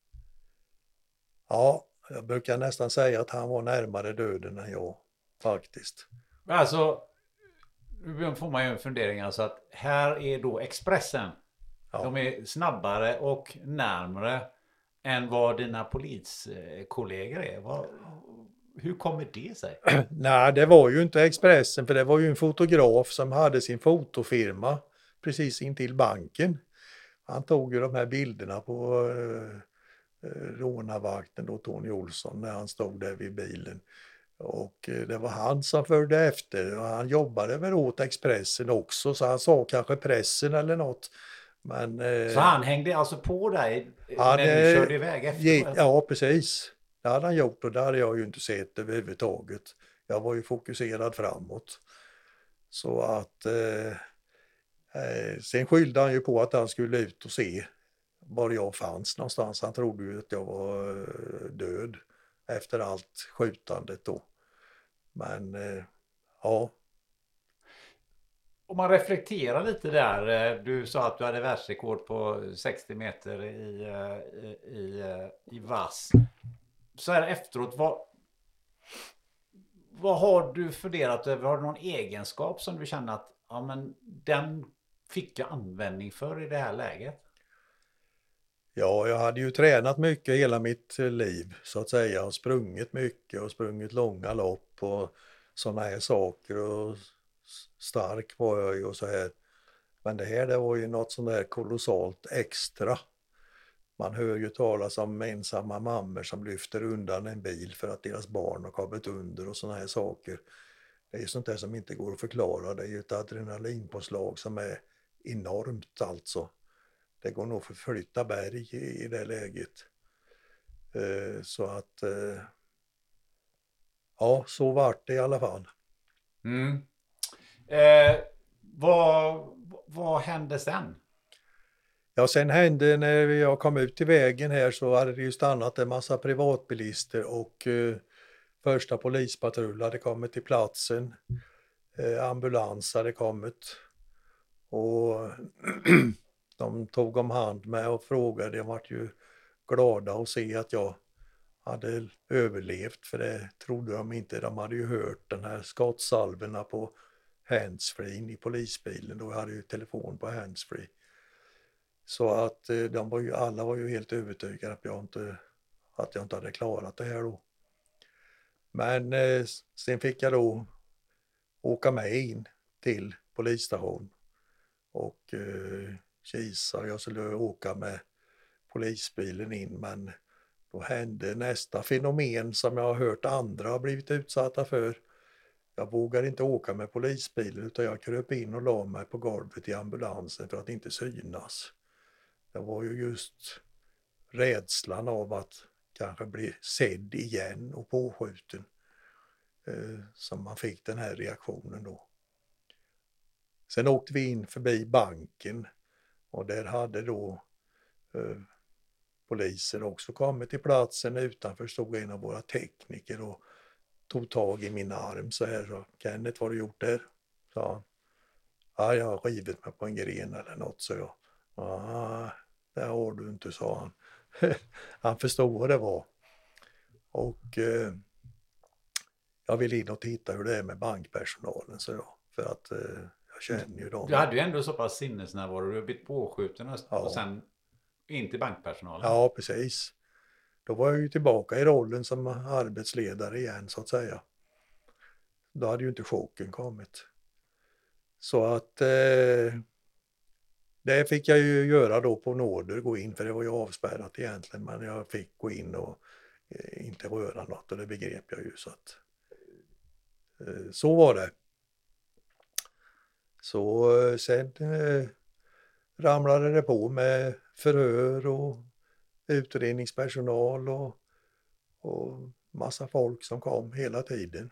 ja, jag brukar nästan säga att han var närmare döden än jag faktiskt. Alltså, nu får man ju en fundering, alltså att här är då Expressen. Ja. De är snabbare och närmare än vad dina poliskollegor är. Vad, hur kommer det sig? Nej, det var ju inte Expressen, för det var ju en fotograf som hade sin fotofirma precis intill banken. Han tog ju de här bilderna på eh, rånarvakten då, Tony Olsson, när han stod där vid bilen. Och eh, det var han som förde efter, och han jobbade väl åt Expressen också, så han sa kanske pressen eller något. Men, eh, så han hängde alltså på dig han, när du körde iväg efter? Gick, ja, precis. Det hade han gjort, och det hade jag ju inte sett överhuvudtaget. Jag var ju fokuserad framåt. Så att eh, eh, sen skyllde han ju på att han skulle ut och se var jag fanns någonstans. Han trodde ju att jag var eh, död efter allt skjutandet då. Men eh, ja. Om man reflekterar lite där, du sa att du hade världsrekord på sextio meter i, i, i, i vass. Så här efteråt, vad, vad har du funderat över? Har du någon egenskap som du känner att ja, men den fick jag användning för i det här läget? Ja, jag hade ju tränat mycket hela mitt liv så att säga. Jag har sprungit mycket och sprungit långa lopp och sådana här saker, och stark var jag ju och så här. Men det här, det var ju något sånt där kolossalt extra. Man hör ju talas om ensamma mammor som lyfter undan en bil för att deras barn har kommit under och sådana här saker. Det är ju sånt där som inte går att förklara. Det är ju ett adrenalinpåslag som är enormt alltså. Det går nog att förflytta berg i, i det läget. Eh, så att eh, ja, så vart det i alla fall. Mm. Eh, vad, vad hände sen? Ja, sen hände när jag kom ut till vägen här, så hade det ju stannat en massa privatbilister, och eh, första polispatrull hade kommit till platsen. Eh, ambulans hade kommit, och de tog om hand med och frågade. De var ju glada att se att jag hade överlevt, för det trodde de inte. De hade ju hört den här skottsalverna på handsfree i polisbilen. Då hade ju telefon på handsfree. Så att de var ju, alla var ju helt övertygade att jag inte, att jag inte hade klarat det här då. Men eh, sen fick jag då åka med in till polisstation och eh, Kisa. Jag skulle åka med polisbilen in, men då hände nästa fenomen som jag har hört andra har blivit utsatta för. Jag vågade inte åka med polisbilen, utan jag kröp in och la mig på golvet i ambulansen för att inte synas. Det var ju just rädslan av att kanske bli sedd igen och påskjuten eh, som man fick den här reaktionen då. Sen åkte vi in förbi banken, och där hade då eh, polisen också kommit till platsen. Utanför stod en av våra tekniker och tog tag i min arm så här. Så, Kenneth, vad har du gjort där? Sa han. Ja, jag har rivit mig på en gren eller något, så jag. Ja, det har du inte, sa han. Han förstod vad det var. Och eh, jag vill in och titta hur det är med bankpersonalen, så jag. För att eh, jag känner ju dem. Du hade ju ändå så pass sinnesnärvaro. Du har blivit påskjuten och, Ja. och sen in till bankpersonalen. Ja, precis. Då var jag ju tillbaka i rollen som arbetsledare igen, så att säga. Då hade ju inte chocken kommit. Så att eh, det fick jag ju göra då på nåder, gå in, för det var ju avspärrat egentligen, men jag fick gå in och eh, inte röra något, och det begrep jag ju, så att eh, så var det. Så eh, sen eh, ramlade det på med förhör och utredningspersonal och, och massa folk som kom hela tiden.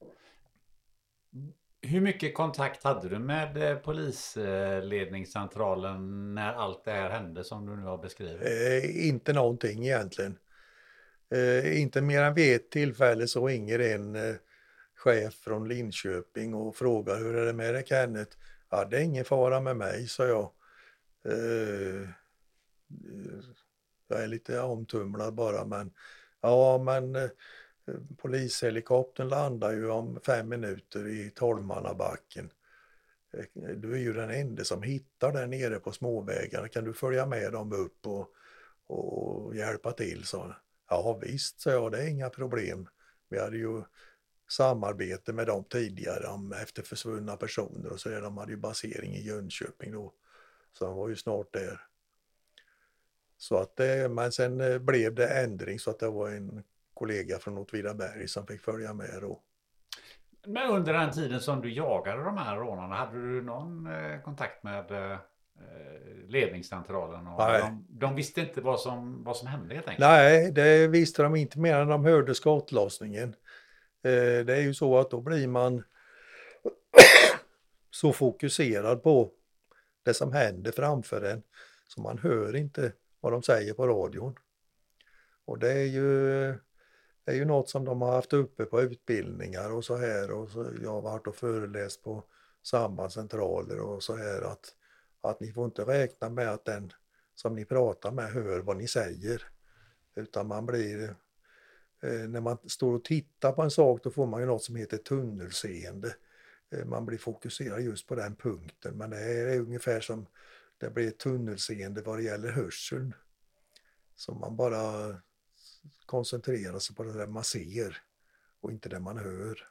Hur mycket kontakt hade du med eh, polisledningscentralen när allt det här hände som du nu har beskrivit? Eh, inte någonting egentligen. Eh, inte mer än vid ett tillfälle så ringer en eh, chef från Linköping och frågar hur är det med dig, Kenneth? Ja, det är ingen fara med mig, sa jag. Eh, jag är lite omtumlad bara, men ja, men eh, polishelikoptern landar ju om fem minuter i Tolvmannabacken. Du är ju den enda som hittar där nere på småvägarna. Kan du följa med dem upp och, och hjälpa till? Så, ja visst, så jag, det är inga problem. Vi hade ju samarbete med dem tidigare om efter försvunna personer och så där. De hade ju basering i Jönköping då. Så de var ju snart där. Så att det, men sen blev det ändring så att det var en kollega från Åtvidaberg som fick följa med då. Men under den tiden som du jagade de här rånarna, hade du någon eh, kontakt med eh, ledningscentralen? Och Nej. De, de visste inte vad som, vad som hände helt enkelt? Nej, det visste de inte mer än de hörde skottlossningen. Eh, det är ju så att då blir man så fokuserad på det som händer framför en så man hör inte vad de säger på radion. Och det är ju, det är ju något som de har haft uppe på utbildningar och så här. Och så jag har varit och föreläst på sambandscentraler och så här att, att ni får inte räkna med att den som ni pratar med hör vad ni säger. Utan man blir, eh, när man står och tittar på en sak då får man ju något som heter tunnelseende. Eh, man blir fokuserad just på den punkten, men det är ungefär som det blir tunnelseende vad det gäller hörseln. Så man bara koncentrerar sig på det där man ser och inte det man hör.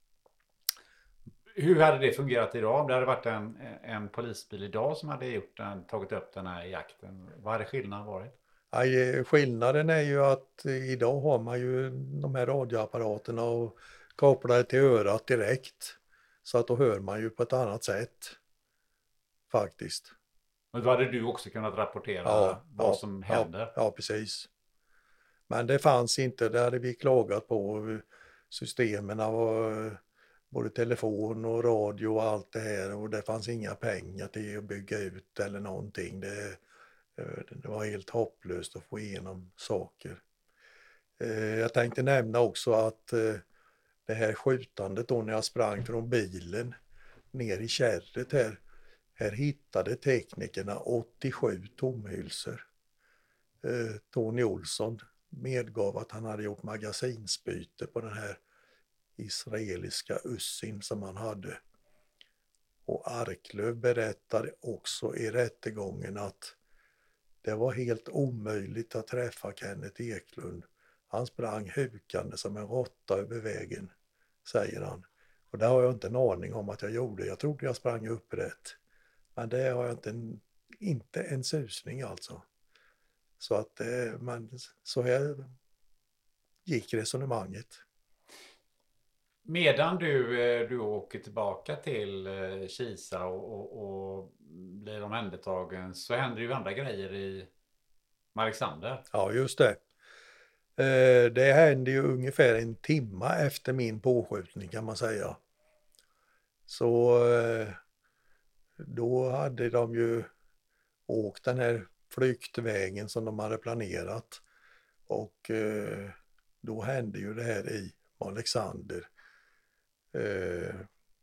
Hur hade det fungerat idag om det hade varit en, en polisbil idag som hade gjort den, tagit upp den här jakten? Vad hade skillnaden varit? Ja, skillnaden är ju att idag har man ju de här radioapparaterna och kopplar till örat direkt. Så att då hör man ju på ett annat sätt. Faktiskt. Och då hade du också kunnat rapportera ja, vad ja, som hände? Ja, ja, precis. Men det fanns inte, det hade vi klagat på. Systemen var både telefon och radio och allt det här. Och det fanns inga pengar till att bygga ut eller någonting. Det, det var helt hopplöst att få igenom saker. Jag tänkte nämna också att det här skjutandet då när jag sprang från bilen ner i kärret här. Här hittade teknikerna åttiosju tomhylsor. Eh, Tony Olsson medgav att han hade gjort magasinsbyte på den här israeliska Ussin som han hade. Och Arklöv berättade också i rättegången att det var helt omöjligt att träffa Kenneth Eklund. Han sprang hukande som en råtta över vägen, säger han. Och det har jag inte en aning om att jag gjorde. Jag trodde jag sprang upprätt. Men det har jag inte en, inte en susning alltså. Så att men, så här gick resonemanget. Medan du, du åker tillbaka till Kisa och, och, och blir omhändertagen så händer ju andra grejer i Malexander. Ja, just det. Det hände ju ungefär en timma efter min påskjutning kan man säga. Så då hade de ju åkt den här flyktvägen som de hade planerat. Och då hände ju det här i Alexander. Eh,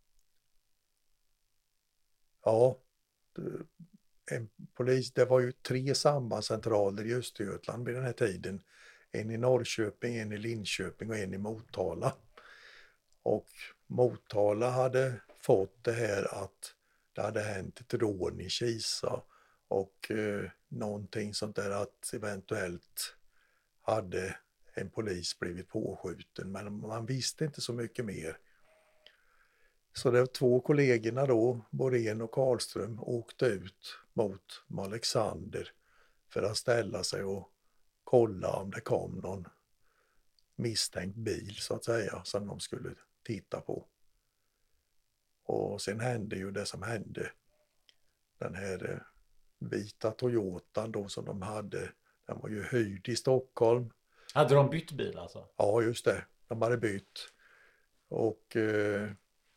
ja, en polis, det var ju tre sambandscentraler i Östergötland vid den här tiden. En i Norrköping, en i Linköping och en i Motala. Och Motala hade fått det här att det hade hänt ett rån i Kisa och eh, någonting sånt där att eventuellt hade en polis blivit påskjuten, men man visste inte så mycket mer. Så de två kollegorna då, Borén och Karlström, åkte ut mot Alexander för att ställa sig och kolla om det kom någon misstänkt bil så att säga som de skulle titta på. Och sen hände ju det som hände. Den här eh, vita Toyotan då som de hade, den var ju hyrd i Stockholm. Hade de bytt bil alltså? Ja, just det. De hade bytt. Och eh,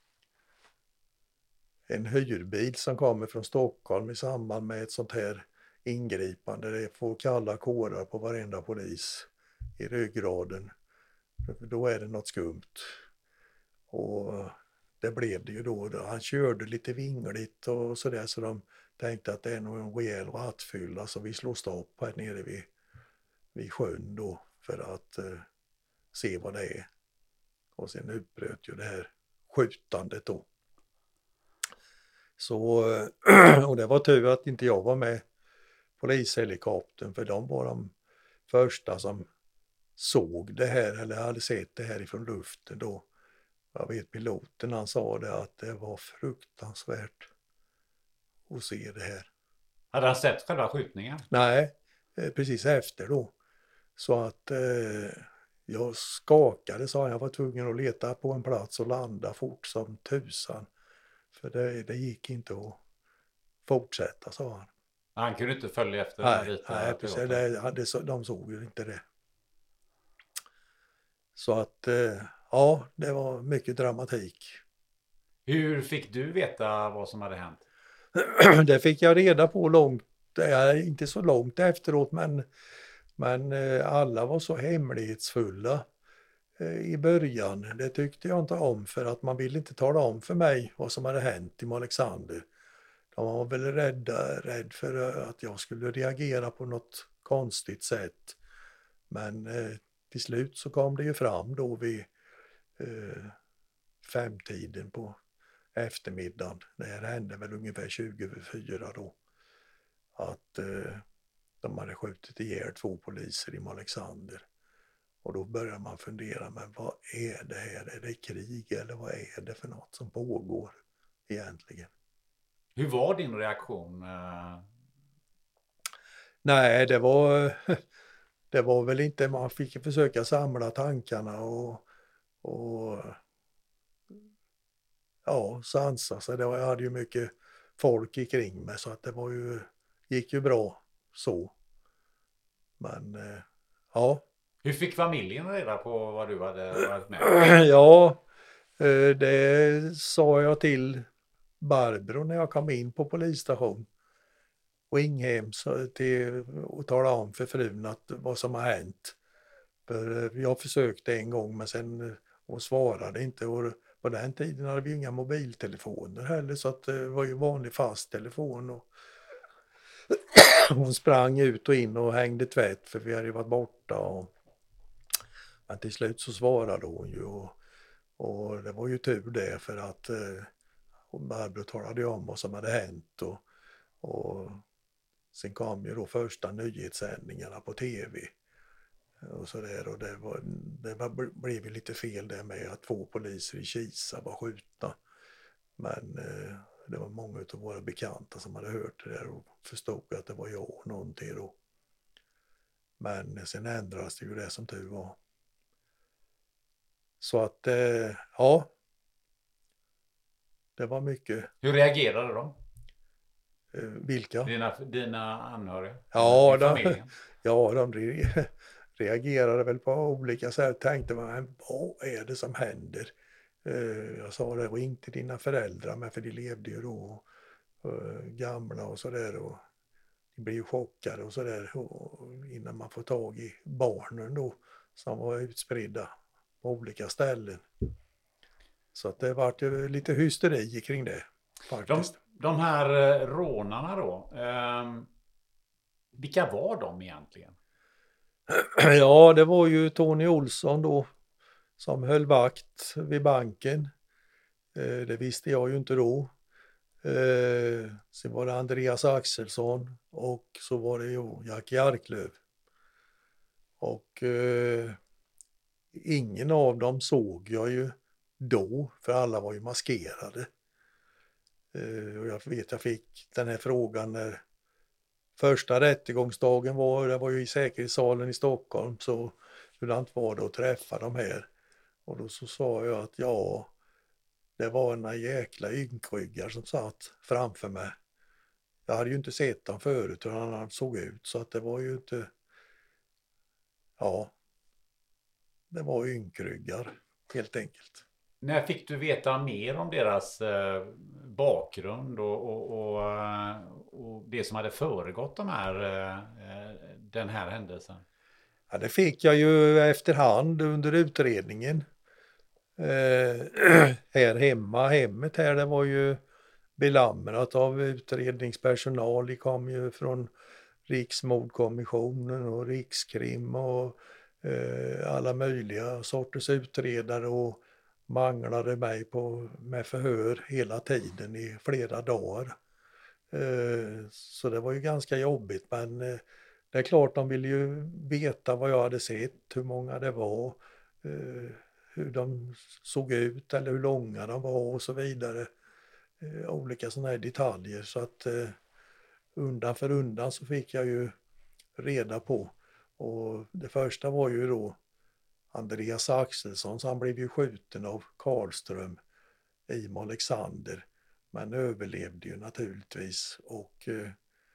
en hyrbil som kommer från Stockholm i samband med ett sånt här ingripande, det får kalla kårar på varenda polis i ryggraden. Då är det något skumt. Och det blev det ju då. Han körde lite vingligt och sådär, så de tänkte att det är nog en rejäl rattfylla, så vi slår stopp här nere vid, vid sjön då för att eh, se vad det är. Och sen utbröt ju det här skjutandet då. Så, och det var tur att inte jag var med polishelikoptern, för de var de första som såg det här eller hade sett det här ifrån luften då. Jag vet piloten, han sa det att det var fruktansvärt att se det här. Hade han sett själva skjutningen? Nej, precis efter då. Så att eh, jag skakade, sa jag var tvungen att leta på en plats och landa fort som tusan. För det, det gick inte att fortsätta, sa han. Han kunde inte följa efter nej, den vita nej, precis, det, hade, de såg ju inte det. Så att, eh, ja, det var mycket dramatik. Hur fick du veta vad som hade hänt? Det fick jag reda på långt, inte så långt efteråt, men, men alla var så hemlighetsfulla i början. Det tyckte jag inte om, för att man ville inte tala om för mig vad som hade hänt i Alexander. De var väl rädda, rädd för att jag skulle reagera på något konstigt sätt. Men eh, till slut så kom det ju fram då vid eh, femtiden på eftermiddagen. Det här hände väl ungefär tjugo över fyra då. Att eh, de hade skjutit ihjäl två poliser i Alexander. Och då börjar man fundera, men vad är det här? Är det krig eller vad är det för något som pågår egentligen? Hur var din reaktion? Nej, det var, det var väl inte, man fick försöka samla tankarna och, och ja, sansa sig. Det var, jag hade ju mycket folk kring mig, så att det var ju, gick ju bra så. Men ja. Hur fick familjen reda på vad du hade varit med? Ja, det sa jag till Barbro när jag kom in på polisstation. Ring hem till, och tala om för frun att vad som har hänt. För jag försökte en gång, men sen och svarade inte. Och på den tiden hade vi inga mobiltelefoner heller, så att det var ju vanlig fast telefon. Och hon sprang ut och in och hängde tvätt, för vi hade ju varit borta. Och men till slut så svarade hon ju, och, och det var ju tur det, för att eh, Barbro talade ju om vad som hade hänt. Och, och sen kom ju då första nyhetssändningarna på tv och så där, och det, var, det var, blev ju lite fel det med att två poliser i Kisa var skjutna. Men eh, det var många av våra bekanta som hade hört det där och förstod att det var jag och någon till då. Men sen ändrades det ju det som tur var. Så att, eh, ja, det var mycket. Hur reagerade de? Eh, vilka? Dina, dina anhöriga? Ja, de, ja, de re, reagerade väl på olika sätt. Tänkte man, vad är det som händer? Eh, jag sa det, ring till dina föräldrar, men för de levde ju då eh, gamla och sådär. Och de blir ju chockade och sådär innan man får tag i barnen då som var utspridda på olika ställen. Så att det var ju lite hysteri kring det faktiskt. De, de här eh, rånarna då, eh, vilka var de egentligen? Ja, det var ju Tony Olsson då som höll vakt vid banken. Eh, det visste jag ju inte då. Eh, sen var det Andreas Axelsson och så var det ju Jackie Arklöv. Och eh, ingen av dem såg jag ju då, för alla var ju maskerade. Eh, och jag vet, jag fick den här frågan när första rättegångsdagen var, det var ju i säkerhetssalen i Stockholm, så hur var det att träffa de här? Och då så sa jag att ja, det var en jäkla ynkryggar som satt framför mig. Jag hade ju inte sett dem förut hur han såg ut, så att det var ju inte, ja, det var ynkryggar helt enkelt. När fick du veta mer om deras eh, bakgrund och, och, och, och det som hade föregått de här, eh, den här händelsen? Ja, det fick jag ju efterhand under utredningen. Eh, här hemma, hemmet här, det var ju belamrat av utredningspersonal. Det kom ju från Riksmordkommissionen och Rikskrim och eh, alla möjliga sorters utredare och manglade mig på, med förhör hela tiden i flera dagar. Eh, så det var ju ganska jobbigt, men eh, det är klart de ville ju veta vad jag hade sett, hur många det var, eh, hur de såg ut eller hur långa de var och så vidare. Eh, olika sådana här detaljer, så att eh, undan för undan så fick jag ju reda på. Och det första var ju då Andreas Axelsson, så han blev ju skjuten av Karlström, Imo Alexander, men överlevde ju naturligtvis, och eh,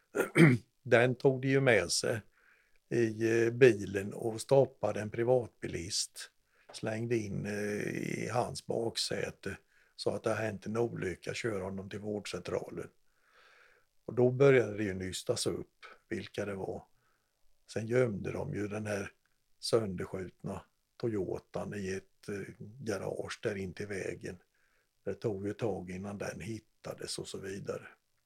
den tog de ju med sig i eh, bilen och stoppade en privatbilist, slängde in eh, i hans baksäte så att det har hänt en olycka, kör honom till vårdcentralen. Och då började det ju nystas upp vilka det var. Sen gömde de ju den här sönderskjutna Toyotan i ett eh, garage där in till vägen. Det tog ju ett tag innan den hittades och så vidare.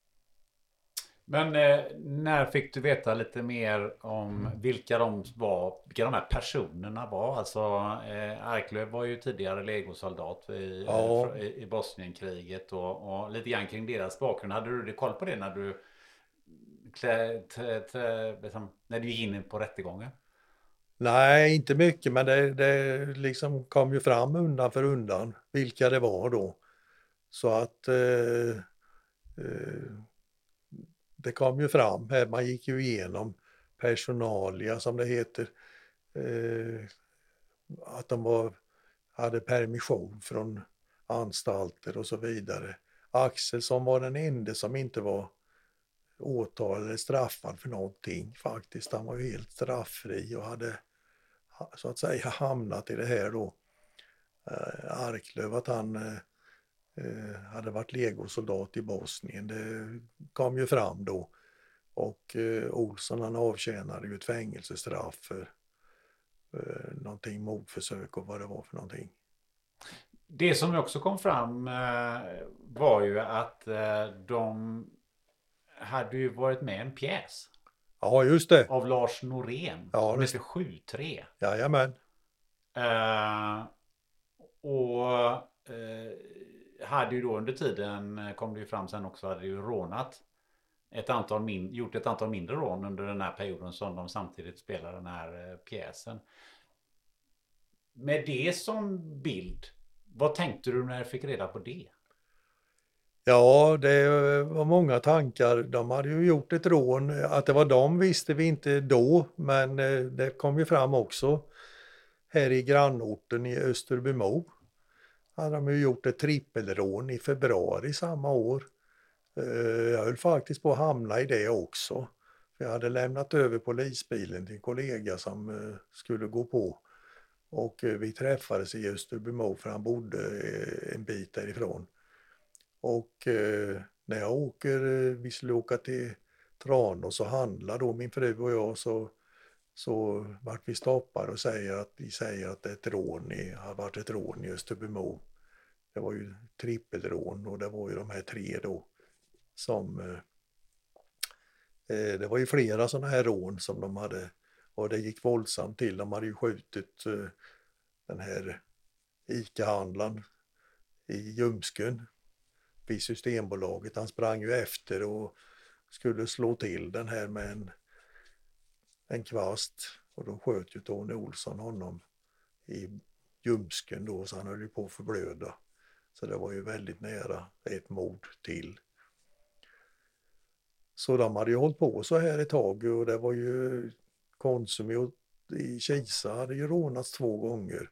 Men eh, när fick du veta lite mer om vilka de var, vilka de här personerna var? Alltså eh, Arklöv var ju tidigare legosoldat i, ja. i, i Bosnienkriget och, och lite grann kring deras bakgrund. Hade du koll på det när du klä, t, t, liksom, när du gick in på rättegången? Nej, inte mycket, men det, det liksom kom ju fram undan för undan vilka det var då. Så att eh, eh, det kom ju fram här, man gick ju igenom personalia som det heter. Eh, att de var, hade permission från anstalter och så vidare. Axelsson var den enda som inte var åtalad eller straffad för någonting faktiskt. Han var ju helt strafffri och hade så att säga hamnat i det här då. Eh, Arklöv, att han eh, hade varit legosoldat i Bosnien, det kom ju fram då. Och eh, Olsson, han avtjänade ju ett fängelsestraff för eh, någonting, mordförsök och vad det var för någonting. Det som också kom fram eh, var ju att eh, de hade ju varit med i en pjäs. Ja, just det. Av Lars Norén. Ja, som heter sju tre. Jajamän. Eh, och eh, hade ju då under tiden, kom det ju fram sen också, hade ju rånat ett antal min, gjort ett antal mindre rån under den här perioden som de samtidigt spelade den här eh, pjäsen. Med det som bild, vad tänkte du när du fick reda på det? Ja, det var många tankar. De hade ju gjort ett rån. Att det var de visste vi inte då, men det kom ju fram också. Här i grannorten i Österbymo hade de ju gjort ett trippelrån i februari samma år. Jag höll faktiskt på att hamna i det också. Jag hade lämnat över polisbilen till en kollega som skulle gå på. Och vi träffades i Österbymo, för han bodde en bit därifrån. Och eh, när jag åker, vi skulle åka till Tranås och handla då, min fru och jag, så, så vart vi stoppade och säger att vi säger att det är ett rån i, har varit ett rån i Österbymo. Det var ju trippelrån och det var ju de här tre då som eh, det var ju flera sådana här rån som de hade, och det gick våldsamt till. De hade ju skjutit eh, den här ICA-handlaren i Ljumsken vid Systembolaget. Han sprang ju efter och skulle slå till den här med en, en kvast, och då sköt ju Tony Olsson honom i Ljumsken då, så han höll ju på att förblöda. Så det var ju väldigt nära ett mord till. Så de hade ju hållit på så här ett tag, och det var ju Konsum i Kisa hade ju rånats två gånger.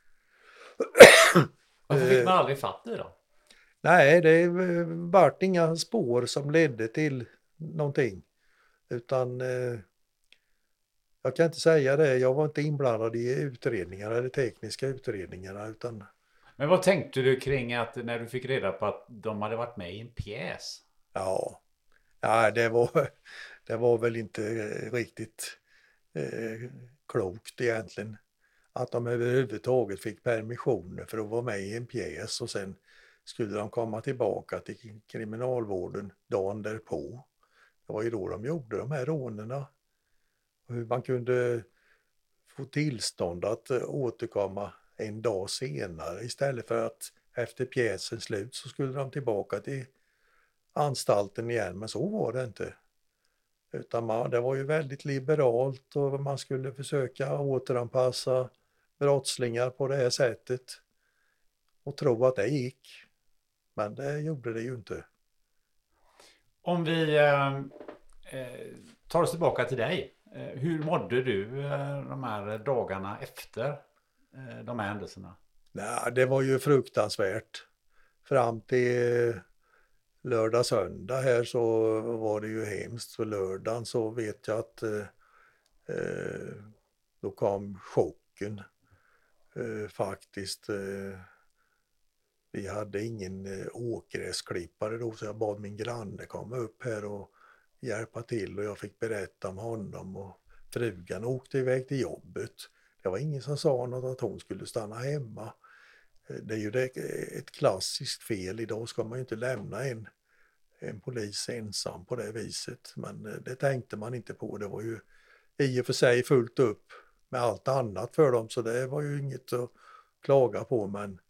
Varför fick man aldrig fatt i då? Nej, det vart inga spår som ledde till någonting. Utan eh, jag kan inte säga det, jag var inte inblandad i utredningar eller tekniska utredningar. Utan... Men vad tänkte du kring att när du fick reda på att de hade varit med i en pjäs? Ja, ja det, var, det var väl inte riktigt eh, klokt egentligen. Att de överhuvudtaget fick permissioner för att vara med i en pjäs, och sen skulle de komma tillbaka till kriminalvården dagen därpå. Det var ju då de gjorde de här rånerna. Och hur man kunde få tillstånd att återkomma en dag senare istället för att efter pjäsens slut så skulle de tillbaka till anstalten igen. Men så var det inte. Utan man, det var ju väldigt liberalt, och man skulle försöka återanpassa brottslingar på det här sättet och tro att det gick. Men det gjorde det ju inte. Om vi eh, tar oss tillbaka till dig. Eh, hur mådde du eh, de här dagarna efter eh, de här händelserna? Nej, det var ju fruktansvärt. Fram till lördag söndag här så var det ju hemskt. För lördagen så vet jag att eh, då kom chocken eh, faktiskt. Eh, vi hade ingen eh, åkgräsklippare då, så jag bad min granne komma upp här och hjälpa till, och jag fick berätta om honom, och frugan åkte iväg till jobbet. Det var ingen som sa något att hon skulle stanna hemma. Det är ju det, ett klassiskt fel. Idag ska man ju inte lämna en, en polis ensam på det viset. Men det tänkte man inte på. Det var ju i och för sig fullt upp med allt annat för dem. Så det var ju inget att klaga på. Men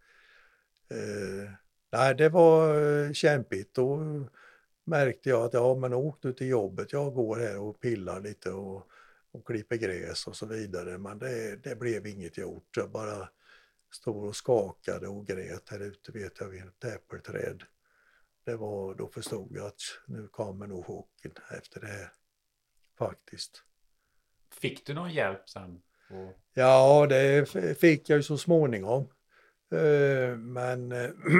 eh, nej, det var eh, kämpigt. Då märkte jag att ja, men åk du till jobbet. Jag går här och pillar lite och, och klipper gräs och så vidare. Men det, det blev inget gjort. Jag bara stod och skakade och grät här ute, vet jag, vid ett äppelträd. Det var, då förstod jag att nu kommer nog chocken efter det här, faktiskt. Fick du någon hjälp sen? Och... Ja, det fick jag ju så småningom. Men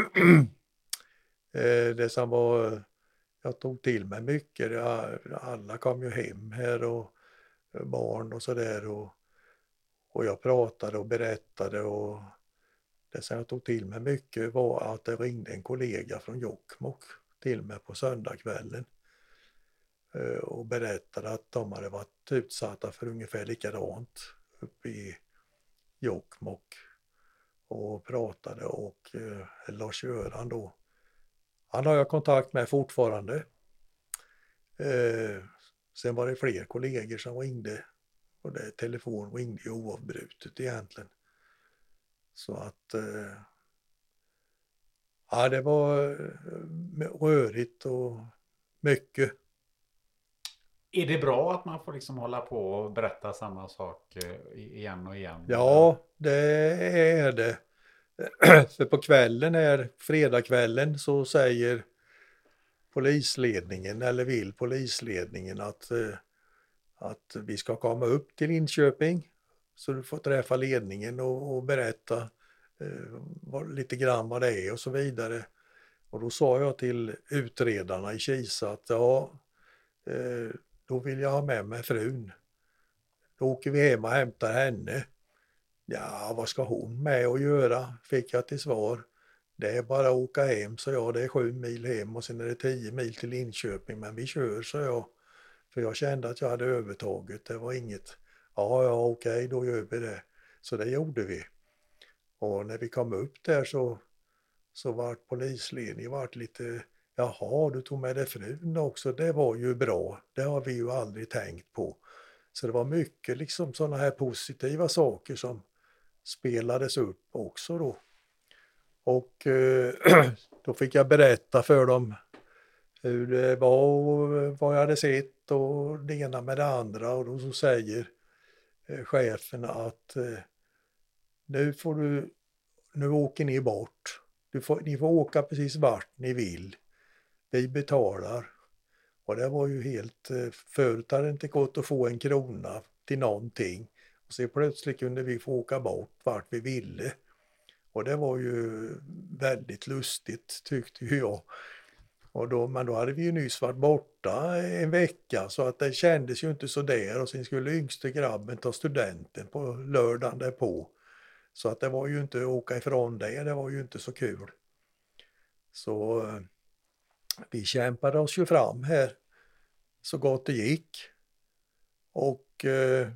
det som var, jag tog till mig mycket, alla kom ju hem här och barn och sådär, och, och jag pratade och berättade, och det som jag tog till mig mycket var att det ringde en kollega från Jokkmokk till mig på söndagskvällen och berättade att de hade varit utsatta för ungefär likadant uppe i Jokkmokk, och pratade, och eh, Lars-Göran då, han har jag kontakt med fortfarande. Eh, sen var det fler kollegor som ringde, och det telefon ringde ju oavbrutet egentligen. Så att eh, ja, det var rörigt och mycket. Är det bra att man får liksom hålla på och berätta samma sak igen och igen? Ja, det är det. För på kvällen här, fredagskvällen, så säger polisledningen, eller vill polisledningen att, att vi ska komma upp till Linköping. Så du får träffa ledningen och, och berätta eh, vad, lite grann vad det är och så vidare. Och då sa jag till utredarna i Kisa att ja, eh, då vill jag ha med mig frun. Då åker vi hem och hämtar henne. Ja, vad ska hon med att göra? Fick jag till svar. Det är bara att åka hem, så jag, det är sju mil hem och sen är det tio mil till Linköping. Men vi kör, så jag. För jag kände att jag hade övertaget. Det var inget Ja, ja okej, då gör vi det. Så det gjorde vi. Och när vi kom upp där så, så var polisledningen vart lite, jaha, du tog med dig frun också, det var ju bra. Det har vi ju aldrig tänkt på. Så det var mycket liksom sådana här positiva saker som spelades upp också då. Och eh, då fick jag berätta för dem hur det var och vad jag hade sett och det ena med det andra. Och då så säger eh, chefen att eh, nu får du, nu åker ni bort. Du får, ni får åka precis vart ni vill. Vi betalar. Och det var ju helt, eh, förut hade det inte gått att få en krona till någonting. Och så plötsligt kunde vi få åka bort vart vi ville. Och det var ju väldigt lustigt tyckte jag. Och då, men då hade vi ju nyss varit borta en vecka så att det kändes ju inte så där. Och sen skulle yngste grabben ta studenten på lördagen därpå. Så att det var ju inte att åka ifrån det, det var ju inte så kul. Så eh, vi kämpade oss ju fram här så gott det gick. Och eh,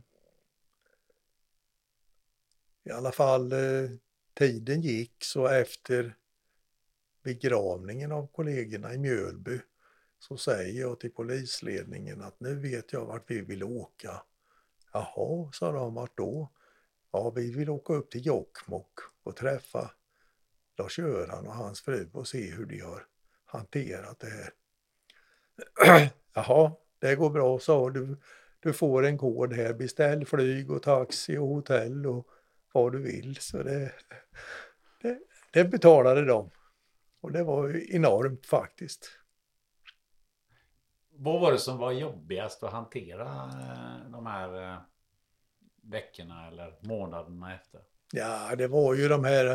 i alla fall eh, tiden gick så efter begravningen av kollegorna i Mjölby så säger jag till polisledningen att nu vet jag vart vi vill åka. Jaha, sa de, vart då? Ja, vi vill åka upp till Jokkmokk och träffa Lars-Göran och hans fru och se hur de har hanterat det här. Jaha, det går bra, sa du. Du får en kod här, beställ flyg och taxi och hotell och vad du vill. Så det, det, det betalade de. Och det var enormt faktiskt. Vad var det som var jobbigast att hantera de här veckorna eller månaderna efter? Ja, det var ju de här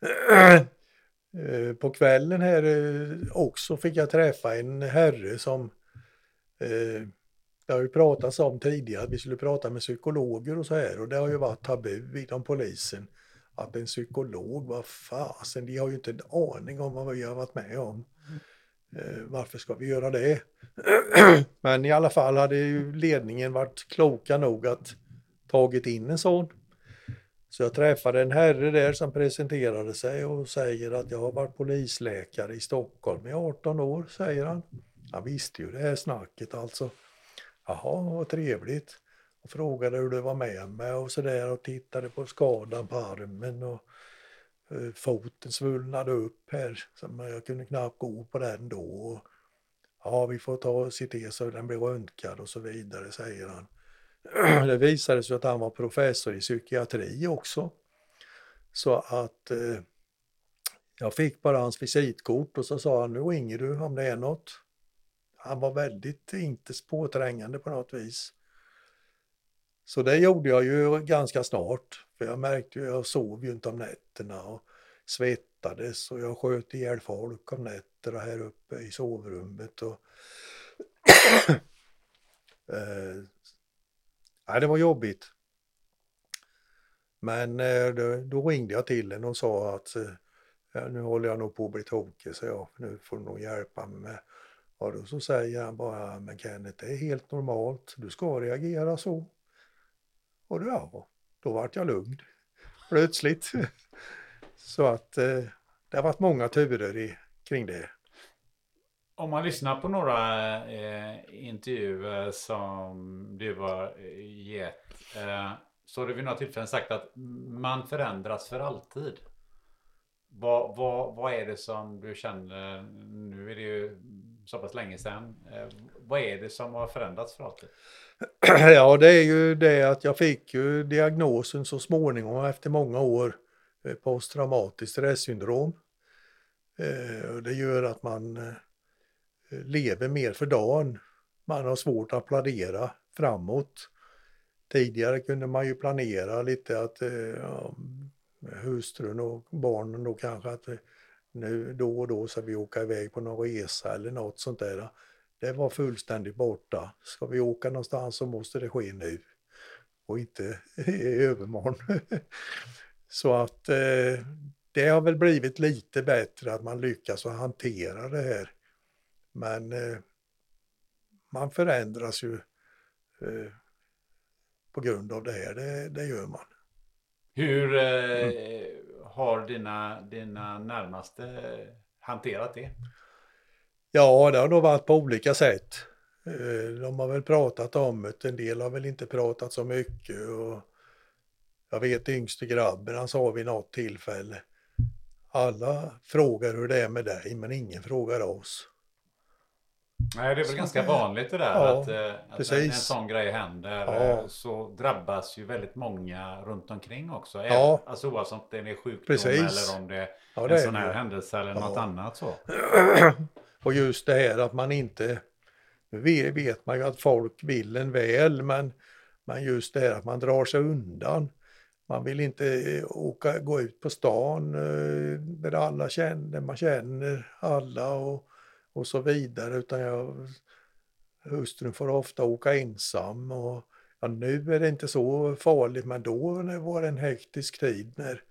på kvällen här också fick jag träffa en herre som det har ju pratats om tidigare att vi skulle prata med psykologer och så här, och det har ju varit tabu inom polisen att en psykolog, vad fasen, de har ju inte en aning om vad vi har varit med om. Varför ska vi göra det? Men i alla fall hade ju ledningen varit kloka nog att tagit in en sån. Så jag träffade en herre där som presenterade sig och säger att jag har varit polisläkare i Stockholm i arton år, säger han. Han visste ju det här snacket alltså. Jaha, vad trevligt. Och frågade hur det var med mig och sådär och tittade på skadan på armen och uh, foten svullnade upp här så jag kunde knappt gå på den då. Och, ja, vi får ta och se till så den blir röntgad och så vidare, säger han. Det visade sig att han var professor i psykiatri också. Så att eh, jag fick bara hans visitkort och så sa han, nu ringer du om det är något. Han var väldigt inte påträngande på något vis. Så det gjorde jag ju ganska snart. För jag märkte ju, jag sov ju inte om nätterna och svettades och jag sköt ihjäl folk om nätterna här uppe i sovrummet. Och eh, ja, det var jobbigt. Men eh, då, då ringde jag till henne och sa att eh, nu håller jag nog på att bli tokig, så jag, nu får du nog hjälpa mig med. Och då så säger han bara, men Kenneth, det är helt normalt, du ska reagera så. Och då, ja, då var jag lugn plötsligt. Så att eh, det har varit många turer i, kring det. Om man lyssnar på några eh, intervjuer som du har gett eh, så har du vid några tillfällen sagt att man förändras för alltid. Vad, vad, vad är det som du känner, nu är det ju så pass länge sedan, eh, vad är det som har förändrats för alltid? Ja, det är ju det att jag fick ju diagnosen så småningom efter många år eh, posttraumatiskt stressyndrom. Eh, det gör att man eh, lever mer för dagen. Man har svårt att planera framåt. Tidigare kunde man ju planera lite att eh, ja, hustrun och barnen då kanske att nu då och då ska vi åka iväg på någon resa eller något sånt där. Det var fullständigt borta. Ska vi åka någonstans så måste det ske nu och inte i övermorgon. Så att eh, det har väl blivit lite bättre att man lyckas att hantera det här. Men eh, man förändras ju eh, på grund av det här, det, det gör man. Hur eh, mm. har dina, dina närmaste hanterat det? Ja, det har nog varit på olika sätt. De har väl pratat om det, en del har väl inte pratat så mycket. Och jag vet yngste grabben, han sa vid något tillfälle, alla frågar hur det är med dig, men ingen frågar oss. Nej, det är väl så ganska vanligt det där, ja, att, att när en sån grej händer, ja, så drabbas ju väldigt många runt omkring också. Ja. Även, alltså oavsett om det är sjukdom, precis, eller om det är, ja, det en sån här är händelse eller, ja, något annat så. Och just det här att man inte, nu vet man ju att folk vill en väl, men, men just det här att man drar sig undan. Man vill inte åka, gå ut på stan där alla känner, man känner alla och, och så vidare, utan jag, hustrun får ofta åka ensam. Och ja, nu är det inte så farligt, men då var det en hektisk tid när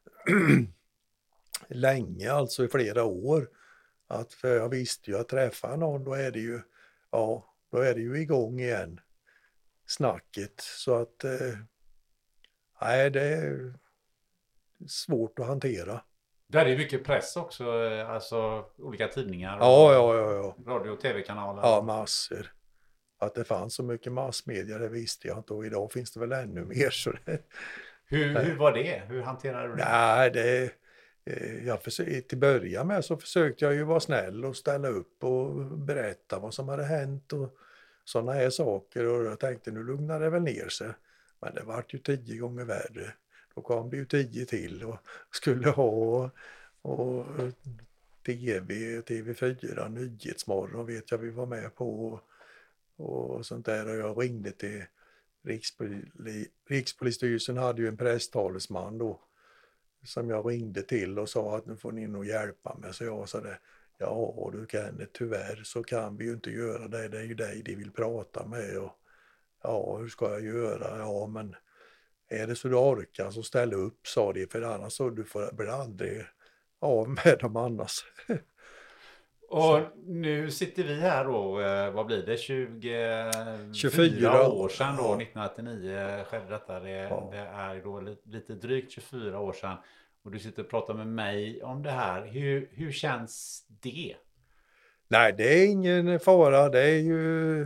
länge, alltså i flera år, att för jag visste ju att träffa någon, då är det ju, ja, då är det ju igång igen, snacket. Så att eh, nej, det är svårt att hantera. Där är mycket press också, alltså olika tidningar, ja, ja, ja, ja. radio- och tv-kanaler. Ja, massor. Att det fanns så mycket massmedia, det visste jag inte, och idag finns det väl ännu mer. Så det, hur, hur var det? Hur hanterade du det? Nej, det jag försökte, till början med så försökte jag ju vara snäll och ställa upp och berätta vad som hade hänt och sådana här saker, och jag tänkte nu lugnar det väl ner sig. Men det var ju tio gånger värre. Då kom det ju tio till och skulle ha och, och tv, T V fyra, Nyhetsmorgon vet jag vi var med på och, och sånt där. Och jag ringde till Rikspoli, Rikspolisstyrelsen hade ju en presstalesman då som jag ringde till och sa att nu får ni nog hjälpa mig. Så jag sa det, ja du kan, tyvärr så kan vi ju inte göra det, det är ju dig de vill prata med. Och ja, hur ska jag göra? Ja, men är det så du orkar så ställ upp, sa de, för annars så du får bli aldrig av med dem annars. Och så. Nu sitter vi här då, vad blir det, tjugo, tjugofyra år sedan då, nittonhundranittionio skedde detta. Det, ja. Det är då lite drygt tjugofyra år sedan. Och du sitter och pratar med mig om det här. Hur, hur känns det? Nej, det är ingen fara, det är ju...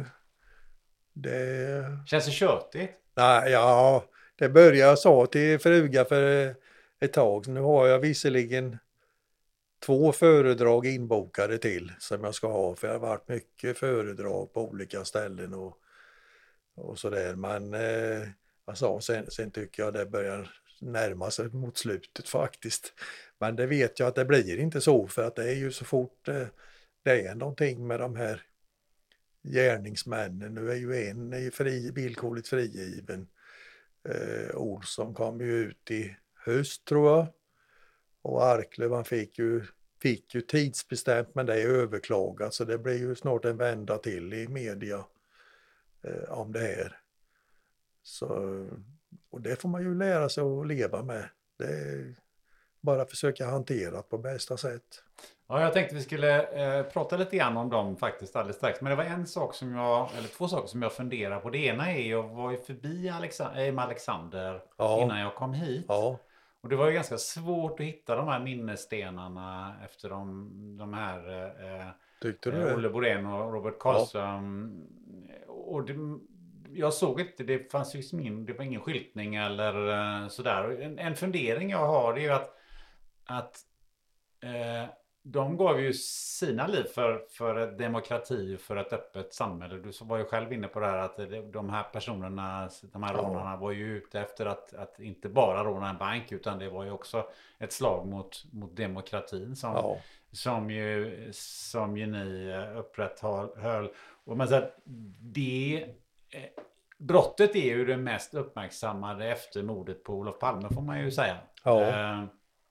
Det... Känns det tjötigt? Nej, ja, det började jag sa till fruga för ett tag. Nu har jag visserligen två föredrag inbokade till som jag ska ha, för jag har varit mycket föredrag på olika ställen och, och sådär. Men eh, jag sa, sen, sen tycker jag det börjar närma sig mot slutet faktiskt. Men det vet jag att det blir inte så, för att det är ju så fort eh, det är någonting med de här gärningsmännen. Nu är ju en är ju fri, villkorligt frigiven. Eh, Olsson kom ju ut i höst tror jag. Och Arklöv han fick ju, fick ju tidsbestämt, men det är överklagat. Så det blir ju snart en vända till i media eh, om det här. Så, och det får man ju lära sig att leva med. Det är bara försöka hantera på bästa sätt. Ja, jag tänkte vi skulle eh, prata lite grann om dem faktiskt alldeles strax. Men det var en sak som jag, eller två saker som jag funderar på. Det ena är, jag var ju förbi Alexander, med Alexander ja. innan jag kom hit. Ja. Och det var ju ganska svårt att hitta de här minnesstenarna efter de, de här eh, Tyckte du det? Olle Borén och Robert Karlström. Ja. Och det, jag såg inte, det fanns ju min, det var ingen skyltning eller eh, sådär. En, en fundering jag har är ju att, att eh, de gav ju sina liv för, för demokrati, för ett öppet samhälle. Du var ju själv inne på det här att de här personerna, de här rånarna var ju ute efter att, att inte bara råna en bank, utan det var ju också ett slag mot, mot demokratin som, ja. som, ju, som ju ni upprätthöll. Och man säger att det, brottet är ju det mest uppmärksammade efter mordet på Olof Palme, får man ju säga. Ja. Eh,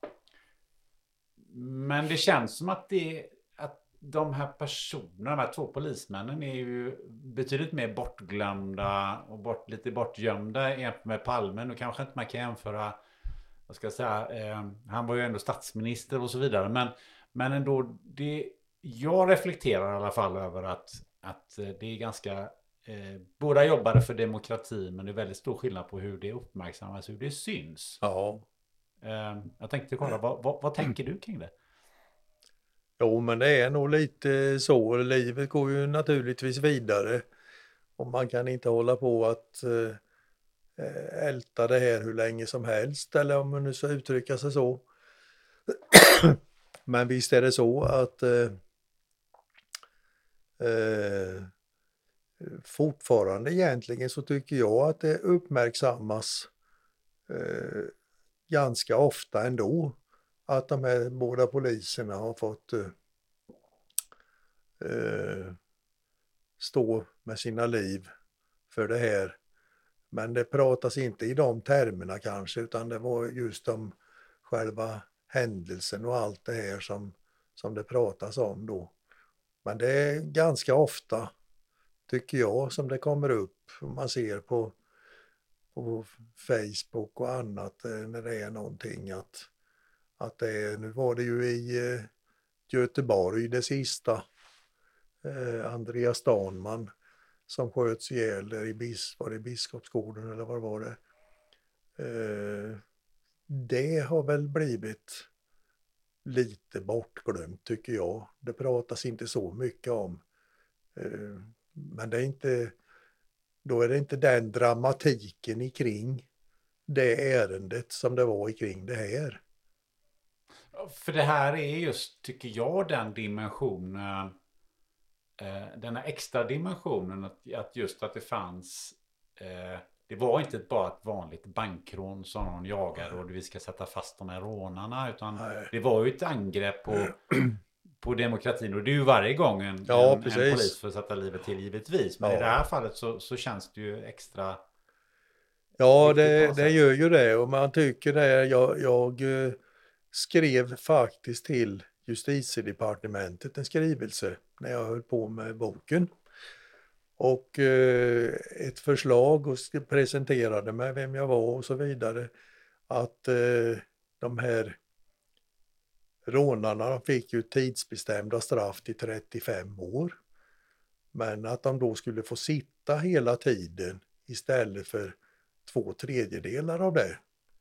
Men det känns som att, det, att de här personerna, de här två polismännen är ju betydligt mer bortglömda och bort, lite bortgömda jämfört med Palme. Nu kanske inte man kan jämföra, vad ska jag säga, eh, han var ju ändå statsminister och så vidare. Men, men ändå, det, jag reflekterar i alla fall över att, att det är ganska eh, båda jobbade för demokrati, men det är väldigt stor skillnad på hur det uppmärksammas, hur det syns. Ja. Eh, jag tänkte kolla, vad, vad, vad tänker du kring det? Jo, men det är nog lite så. Livet går ju naturligtvis vidare. Och man kan inte hålla på att eh, älta det här hur länge som helst, eller om man nu ska uttrycka sig så. Men visst är det så att eh, eh, fortfarande egentligen så tycker jag att det uppmärksammas eh, ganska ofta ändå att de här båda poliserna har fått eh, eh, stå med sina liv för det här. Men det pratas inte i de termerna kanske, utan det var just om själva händelsen och allt det här som, som det pratas om då. Men det är ganska ofta, tycker jag, som det kommer upp. Man ser på, på Facebook och annat när det är någonting att, att det är, nu var det ju i eh, Göteborg det sista, eh, Andreas Danman som sköts ihjäl där i Bis, var det Biskopsgården eller vad var det? Eh, det har väl blivit lite bortglömt tycker jag. Det pratas inte så mycket om. Eh, men det är inte, då är det inte den dramatiken i kring det ärendet som det var i kring det här. För det här är just, tycker jag, den dimensionen, eh, den här extra dimensionen att, att just att det fanns, eh, det var inte bara ett vanligt bankrån som någon jagade och vi ska sätta fast de här rånarna, utan Nej. det var ju ett angrepp på, på demokratin, och det är ju varje gång en, ja, en, en polis får sätta livet till givetvis, men ja. i det här fallet så, så känns det ju extra. Ja, det, det gör ju det, och man tycker det. Jag, jag skrev faktiskt till Justitiedepartementet en skrivelse när jag höll på med boken. Och eh, ett förslag och presenterade mig vem jag var och så vidare. Att eh, de här rånarna fick ju tidsbestämda straff till trettiofem år. Men att de då skulle få sitta hela tiden istället för två tredjedelar av det.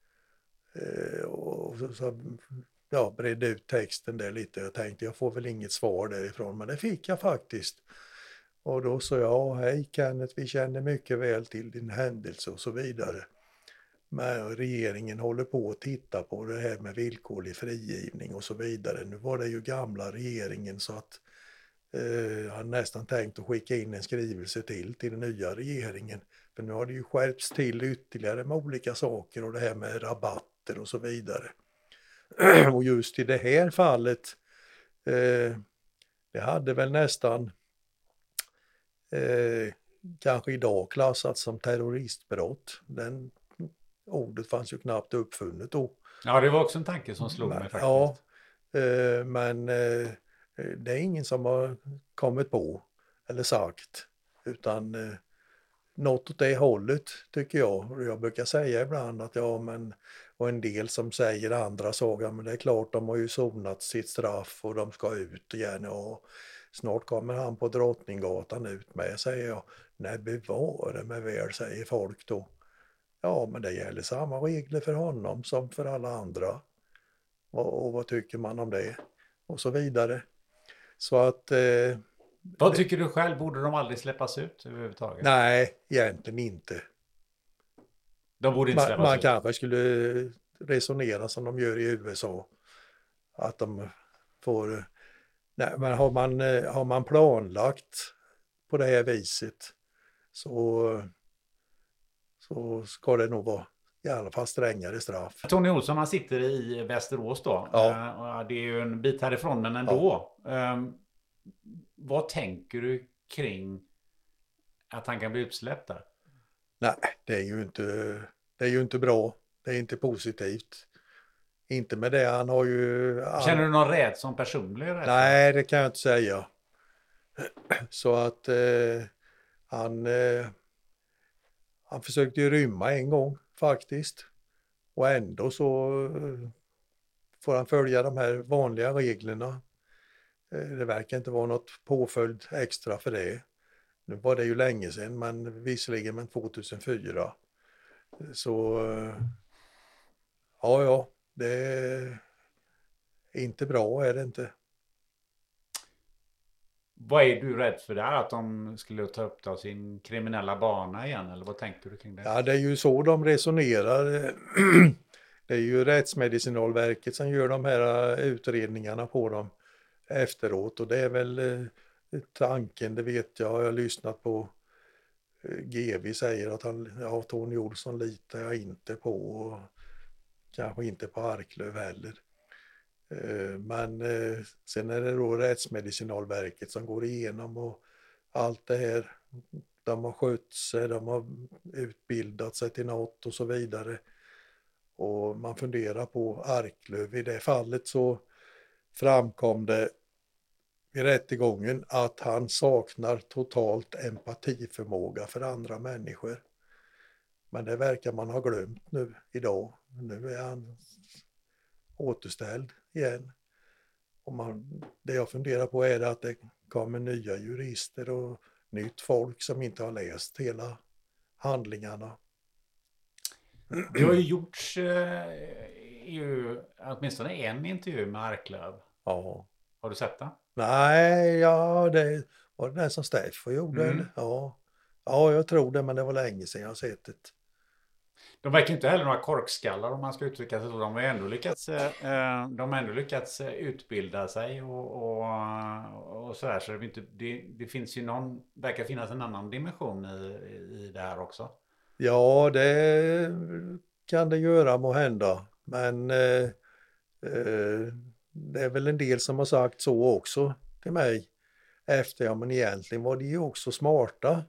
Eh, och så, så ja, bredde ut texten där lite. Jag tänkte jag får väl inget svar därifrån, men det fick jag faktiskt. Och då sa jag, hej Kenneth, vi känner mycket väl till din händelse och så vidare. Men regeringen håller på att titta på det här med villkorlig frigivning och så vidare. Nu var det ju gamla regeringen så att eh, jag hade nästan tänkt att skicka in en skrivelse till till den nya regeringen. För nu har det ju skärpts till ytterligare med olika saker och det här med rabatter och så vidare. Och just i det här fallet, eh, det hade väl nästan eh, kanske idag klassats som terroristbrott. Den ordet fanns ju knappt uppfunnet då. Ja, det var också en tanke som slog men, mig faktiskt. Ja, eh, men eh, det är ingen som har kommit på eller sagt, utan eh, något åt det hållet tycker jag. Och jag brukar säga ibland att ja, men och en del som säger andra saker, men det är klart de har ju sonat sitt straff och de ska ut igen och snart kommer han på Drottninggatan ut med, säger jag. Nej, bevare mig väl, säger folk då. Ja, men det gäller samma regler för honom som för alla andra. Och, och vad tycker man om det? Och så vidare. Så att... Eh, vad tycker du själv? Borde de aldrig släppas ut överhuvudtaget? Nej, egentligen inte. De borde inte man, släppas man ut? Man kanske skulle resonera som de gör i U S A. Att de får... Nej, men har man, har man planlagt på det här viset så... så ska det nog vara i alla fall strängare straff. Tony Olsson, han sitter i Västerås då. Ja. Det är ju en bit härifrån, men ändå. Ja. Um, vad tänker du kring att han kan bli utsläppt där? Nej, det är ju inte, det är ju inte bra. Det är inte positivt. Inte med det, han har ju... Han... Känner du någon rädd som personlig rädd? Nej, det kan jag inte säga. Så att eh, han... Eh, Han försökte ju rymma en gång faktiskt. Och ändå så får han följa de här vanliga reglerna. Det verkar inte vara något påföljd extra för det. nu var det ju länge sedan, men visserligen men tvåtusenfyra. Så ja, ja, det är inte bra är det inte. Vad är du rädd för där? Att de skulle ta upp då sin kriminella bana igen? Eller vad tänker du kring det? Ja, det är ju så de resonerar. Det är ju Rättsmedicinalverket som gör de här utredningarna på dem efteråt. Och det är väl tanken, det vet jag. Jag har lyssnat på G V säger att han, ja, Tony Olsson litar jag inte på. Och kanske inte på Arklöv heller. Men sen är det då Rättsmedicinalverket som går igenom och allt det här. De har skött sig, de har utbildat sig till något och så vidare. Och man funderar på Arklöv. I det fallet så framkom det i rättegången att han saknar totalt empatiförmåga för andra människor. Men det verkar man ha glömt nu idag. Nu är han återställd igen. Och man, det jag funderar på är att det kommer nya jurister och nytt folk som inte har läst hela handlingarna. Det har ju gjorts eh, ju, åtminstone en intervju med Arklöv. Ja. Har du sett den? Nej, ja, det var det den som Steffo gjorde. Mm. Eller? Ja. Ja, jag tror det, men det var länge sedan jag har sett det. De verkar inte heller några korkskallar om man ska uttrycka sig så. De har ändå lyckats, eh, de har ändå lyckats utbilda sig och, och, och sådär. Så det, inte, det, det finns ju någon, verkar finnas en annan dimension i, i det här också. Ja, det kan det göra må hända. Men eh, eh, det är väl en del som har sagt så också till mig. Efter, ja men egentligen var de ju också smarta.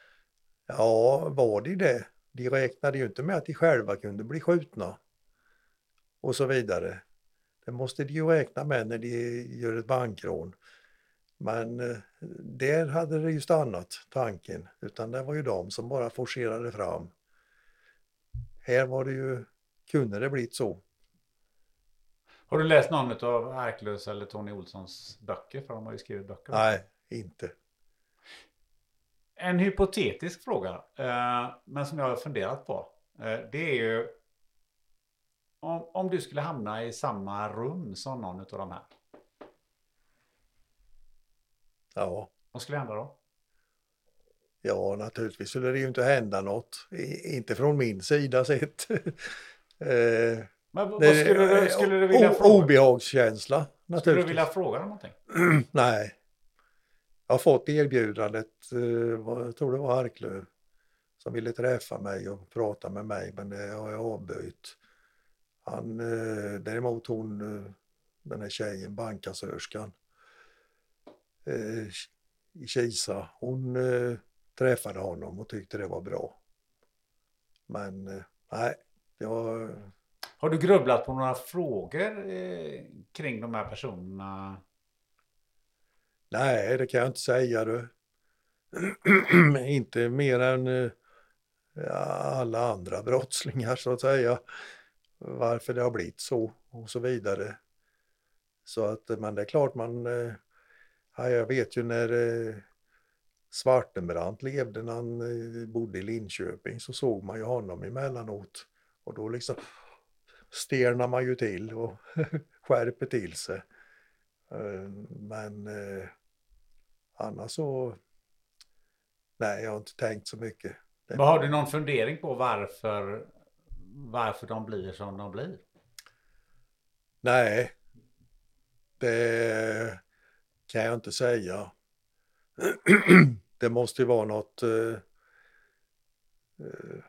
Ja, var de det? De räknade ju inte med att de själva kunde bli skjutna. Och så vidare. Det måste de ju räkna med när de gör ett bankrån. Men eh, där hade det ju stannat tanken. Utan det var ju de som bara forcerade fram. Här var det ju, kunde det blivit så. Har du läst någon av Arklövs eller Tony Olssons böcker? För de har ju skrivit böcker. Nej, inte. En hypotetisk fråga, eh, men som jag har funderat på. Eh, det är ju om, om du skulle hamna i samma rum som någon av de här. Ja. Vad skulle hända då? Ja, naturligtvis skulle det ju inte hända något. I, inte från min sida sett. eh, Men vad skulle du, skulle du vilja o, fråga? Obehagskänsla, naturligtvis. Skulle du vilja fråga dem någonting? Nej. Jag har fått erbjudandet, eh, jag tror det var Arklöv, som ville träffa mig och prata med mig, men det har jag avböjt. Han, eh, däremot hon, eh, den här tjejen, bankkassörskan eh, i Kisa, hon eh, träffade honom och tyckte det var bra. Men eh, nej, jag... Har du grubblat på några frågor eh, kring de här personerna? Nej, det kan jag inte säga du. Inte mer än eh, alla andra brottslingar så att säga. Varför det har blivit så och så vidare. Så att, men det är klart man, eh, ja, jag vet ju när eh, Svartenbrandt levde, när han eh, bodde i Linköping, så såg man ju honom emellanåt. Och då liksom sternar man ju till och skärper till sig. Men eh, annars så, nej, jag har inte tänkt så mycket. Men har du någon fundering på varför, varför de blir som de blir? Nej, det kan jag inte säga. Det måste ju vara något, eh, eh,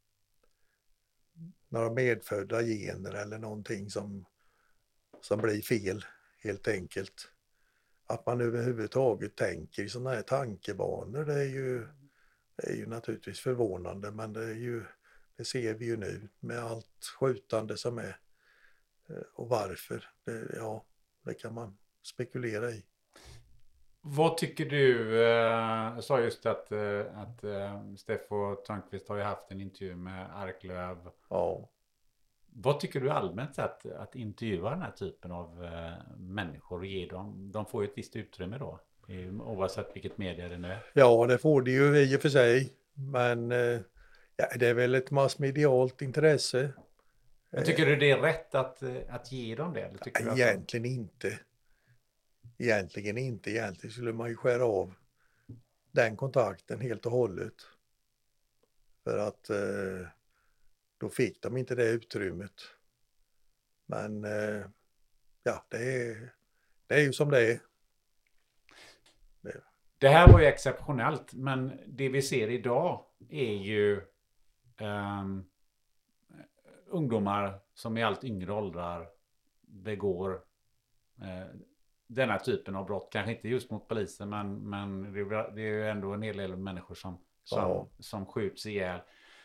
några medfödda gener eller någonting som, som blir fel. Helt enkelt. Att man överhuvudtaget tänker i sådana här tankebanor, det är ju, det är ju naturligtvis förvånande, men det är ju, det ser vi ju nu med allt skjutande som är. Och varför, det, ja, det kan man spekulera i. Vad tycker du, jag sa just att, att Steffo Törnqvist har ju haft en intervju med Arklöv. Ja. Vad tycker du allmänt att, att intervjua den här typen av äh, människor och ge dem, de får ju ett visst utrymme då? Oavsett vilket media det nu är. Ja, det får det ju i och för sig. Men eh, ja, det är väl ett massmedialt intresse. Men tycker du det är rätt att, att ge dem det? Eller tycker du att Egentligen de... inte. Egentligen inte. Egentligen skulle man ju skära av den kontakten helt och hållet. För att eh, då fick de inte det utrymmet. Men eh, ja, det är, det är ju som det är. Det. Det här var ju exceptionellt, men det vi ser idag är ju um, ungdomar som i allt yngre åldrar begår uh, denna typen av brott. Kanske inte just mot polisen, men, men det, det är ju ändå en hel del människor som, som, ja. som skjuts ihjäl.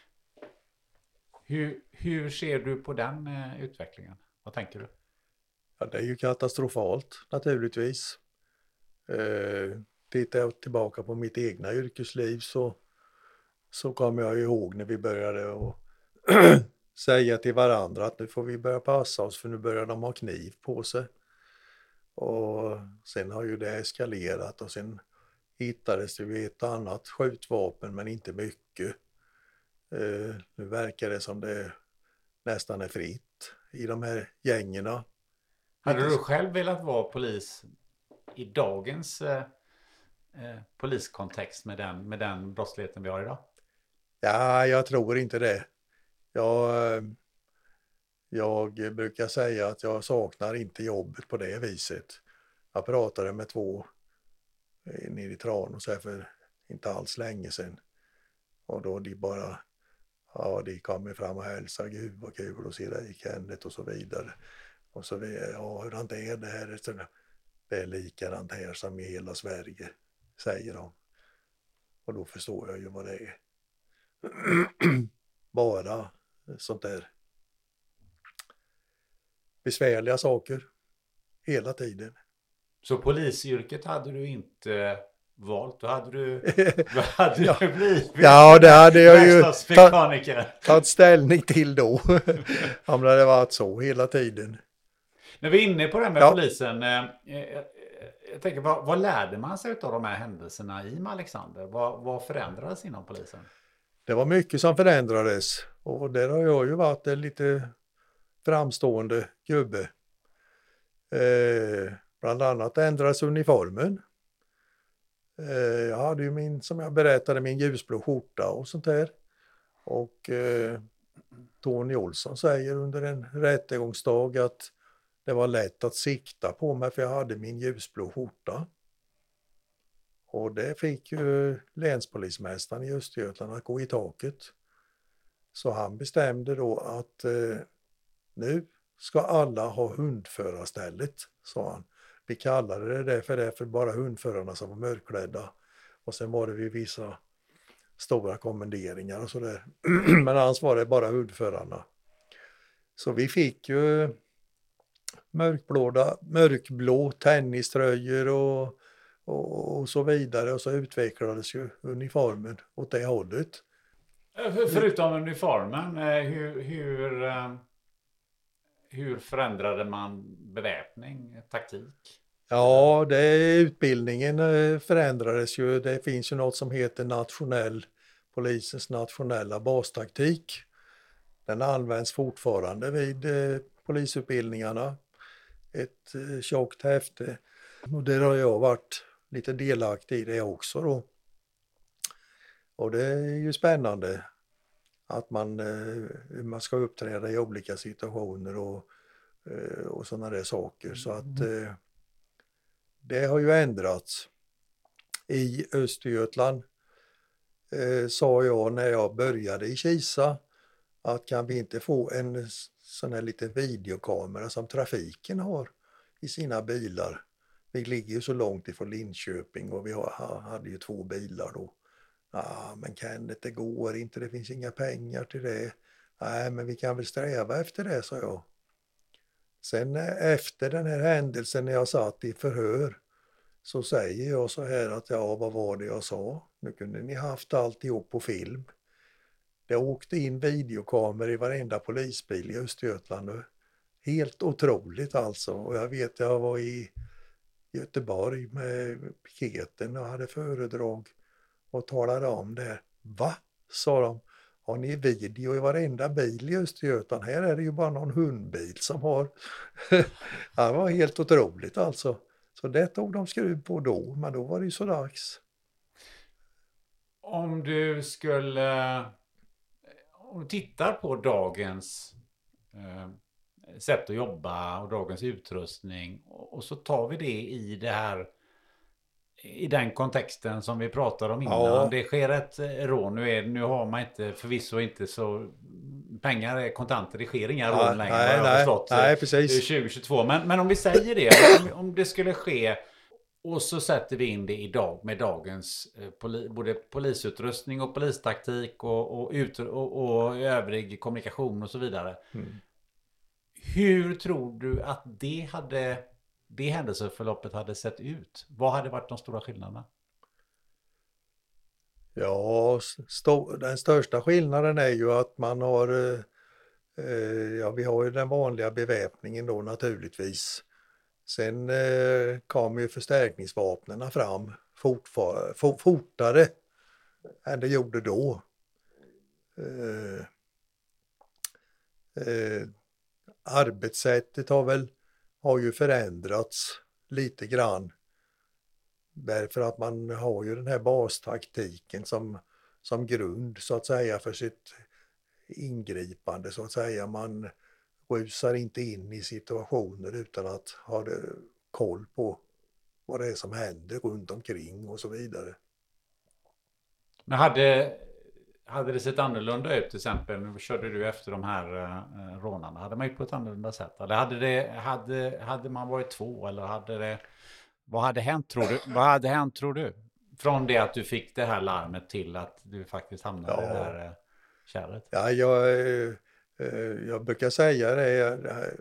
Hur, hur ser du på den uh, utvecklingen? Vad tänker du? Ja, det är ju katastrofalt naturligtvis. Uh, tittar jag tillbaka på mitt egna yrkesliv så, så kommer jag ihåg när vi började att säga till varandra att nu får vi börja passa oss för nu börjar de ha kniv på sig. Och sen har ju det eskalerat och sen hittades det ju ett annat skjutvapen men inte mycket. Uh, nu verkar det som det nästan är fritt i de här gängerna. Hade du själv velat vara polis i dagens eh, eh, poliskontext med den, med den brottsligheten vi har idag? Ja, jag tror inte det. Jag, jag brukar säga att jag saknar inte jobbet på det viset. Jag pratade med två nere i Tranås för inte alls länge sedan. Och då de bara, ja, de kommer fram och hälsar, gud vad kul att se dig, Kenneth och så vidare. Och så vidare, ja, hur det är det här? Det är likadant här som i hela Sverige, säger de. Och då förstår jag ju vad det är. Bara sånt där besvärliga saker hela tiden. Så polisyrket hade du inte valt? Då hade du, då hade du ja. blivit ja, det hade jag ju tagit ta, ställning till då. Om det hade varit så hela tiden. När vi är inne på det här med ja. polisen, eh, eh, jag tänker, vad, vad lärde man sig av de här händelserna i Malexander? Vad, vad förändrades inom polisen? Det var mycket som förändrades och där har jag ju varit en lite framstående gubbe. Eh, bland annat ändrades uniformen. Eh, jag hade ju min, som jag berättade, min ljusblå skjorta och sånt där. Och eh, Tony Olsson säger under en rättegångsdag att det var lätt att sikta på mig för jag hade min ljusblå skjorta. Och det fick ju länspolismästaren i Östergötland att gå i taket. Så han bestämde då att eh, nu ska alla ha hundförarstället, sa han. Vi kallade det det för det för bara hundförarna som var mörkklädda. Och sen var det vid vissa stora kommenderingar och sådär. Men annars var det bara hundförarna. Så vi fick ju mörkblå, mörkblå tenniströjor och, och, och så vidare. Och så utvecklades ju uniformen åt det hållet. Förutom uniformen, hur, hur, hur förändrade man beväpning, taktik? Ja, det, utbildningen förändrades ju. Det finns ju något som heter nationell, polisens nationella bastaktik. Den används fortfarande vid eh, polisutbildningarna. Ett eh, tjockt häfte. Och där har jag varit lite delaktig i det också då. Och det är ju spännande att man, eh, man ska uppträda i olika situationer och, eh, och sådana där saker. Så att eh, det har ju ändrats. I Östergötland eh, sa jag när jag började i Kisa att kan vi inte få en sån här liten videokamera som trafiken har i sina bilar. Vi ligger ju så långt ifrån Linköping och vi har, hade ju två bilar då. Ja, men Kenneth, det går inte, det finns inga pengar till det. Nej, men vi kan väl sträva efter det, sa jag. Sen efter den här händelsen när jag satt i förhör så säger jag så här att ja, vad var det jag sa? Nu kunde ni haft alltihop på film. Det åkte in videokameror i varenda polisbil i Östergötland. Helt otroligt alltså. Och jag vet, jag var i Göteborg med piketen och hade föredrag och talade om det. Va? Sa de. Har ni video i varenda bil i Östergötland? Här är det ju bara någon hundbil som har. Det var helt otroligt alltså. Så det tog de skruv på då, men då var det ju så dags. Om du skulle, om du tittar på dagens eh, sätt att jobba och dagens utrustning och, och så tar vi det i det här, i den kontexten som vi pratade om innan. Ja. Det sker ett rån. Nu, är, nu har man inte, förvisso inte så, pengar är kontanter, det sker inga Ja, rån längre. nej, vad jag har nej, förstått, nej, precis. tjugo tjugotvå. Men, men om vi säger det, om, om det skulle ske och så sätter vi in det idag med dagens eh, poli, både polisutrustning och polistaktik och, och, ut, och, och övrig kommunikation och så vidare. Mm. Hur tror du att det hade, det händelseförloppet hade sett ut? Vad hade varit de stora skillnaderna? Ja, st- den största skillnaden är ju att man har, eh, eh, ja vi har ju den vanliga beväpningen då naturligtvis. Sen eh, kom ju förstärkningsvapnena fram fortfar- for- fortare än det gjorde då. Eh, eh, arbetssättet har väl har ju förändrats lite grann. Därför att man har ju den här bastaktiken som, som grund så att säga för sitt ingripande så att säga. Man rusar inte in i situationer utan att ha det, koll på vad det är som händer runt omkring och så vidare. Men hade, hade det sett annorlunda ut till exempel? Nu körde du efter de här uh, rånarna. Hade man gjort på ett annorlunda sätt? Eller hade, det, hade, hade man varit två? Eller hade det, vad hade hänt tror du? Vad hade hänt tror du? Från det att du fick det här larmet till att du faktiskt hamnade Ja. i det här uh, kärret? Ja, jag, uh, jag brukar säga det.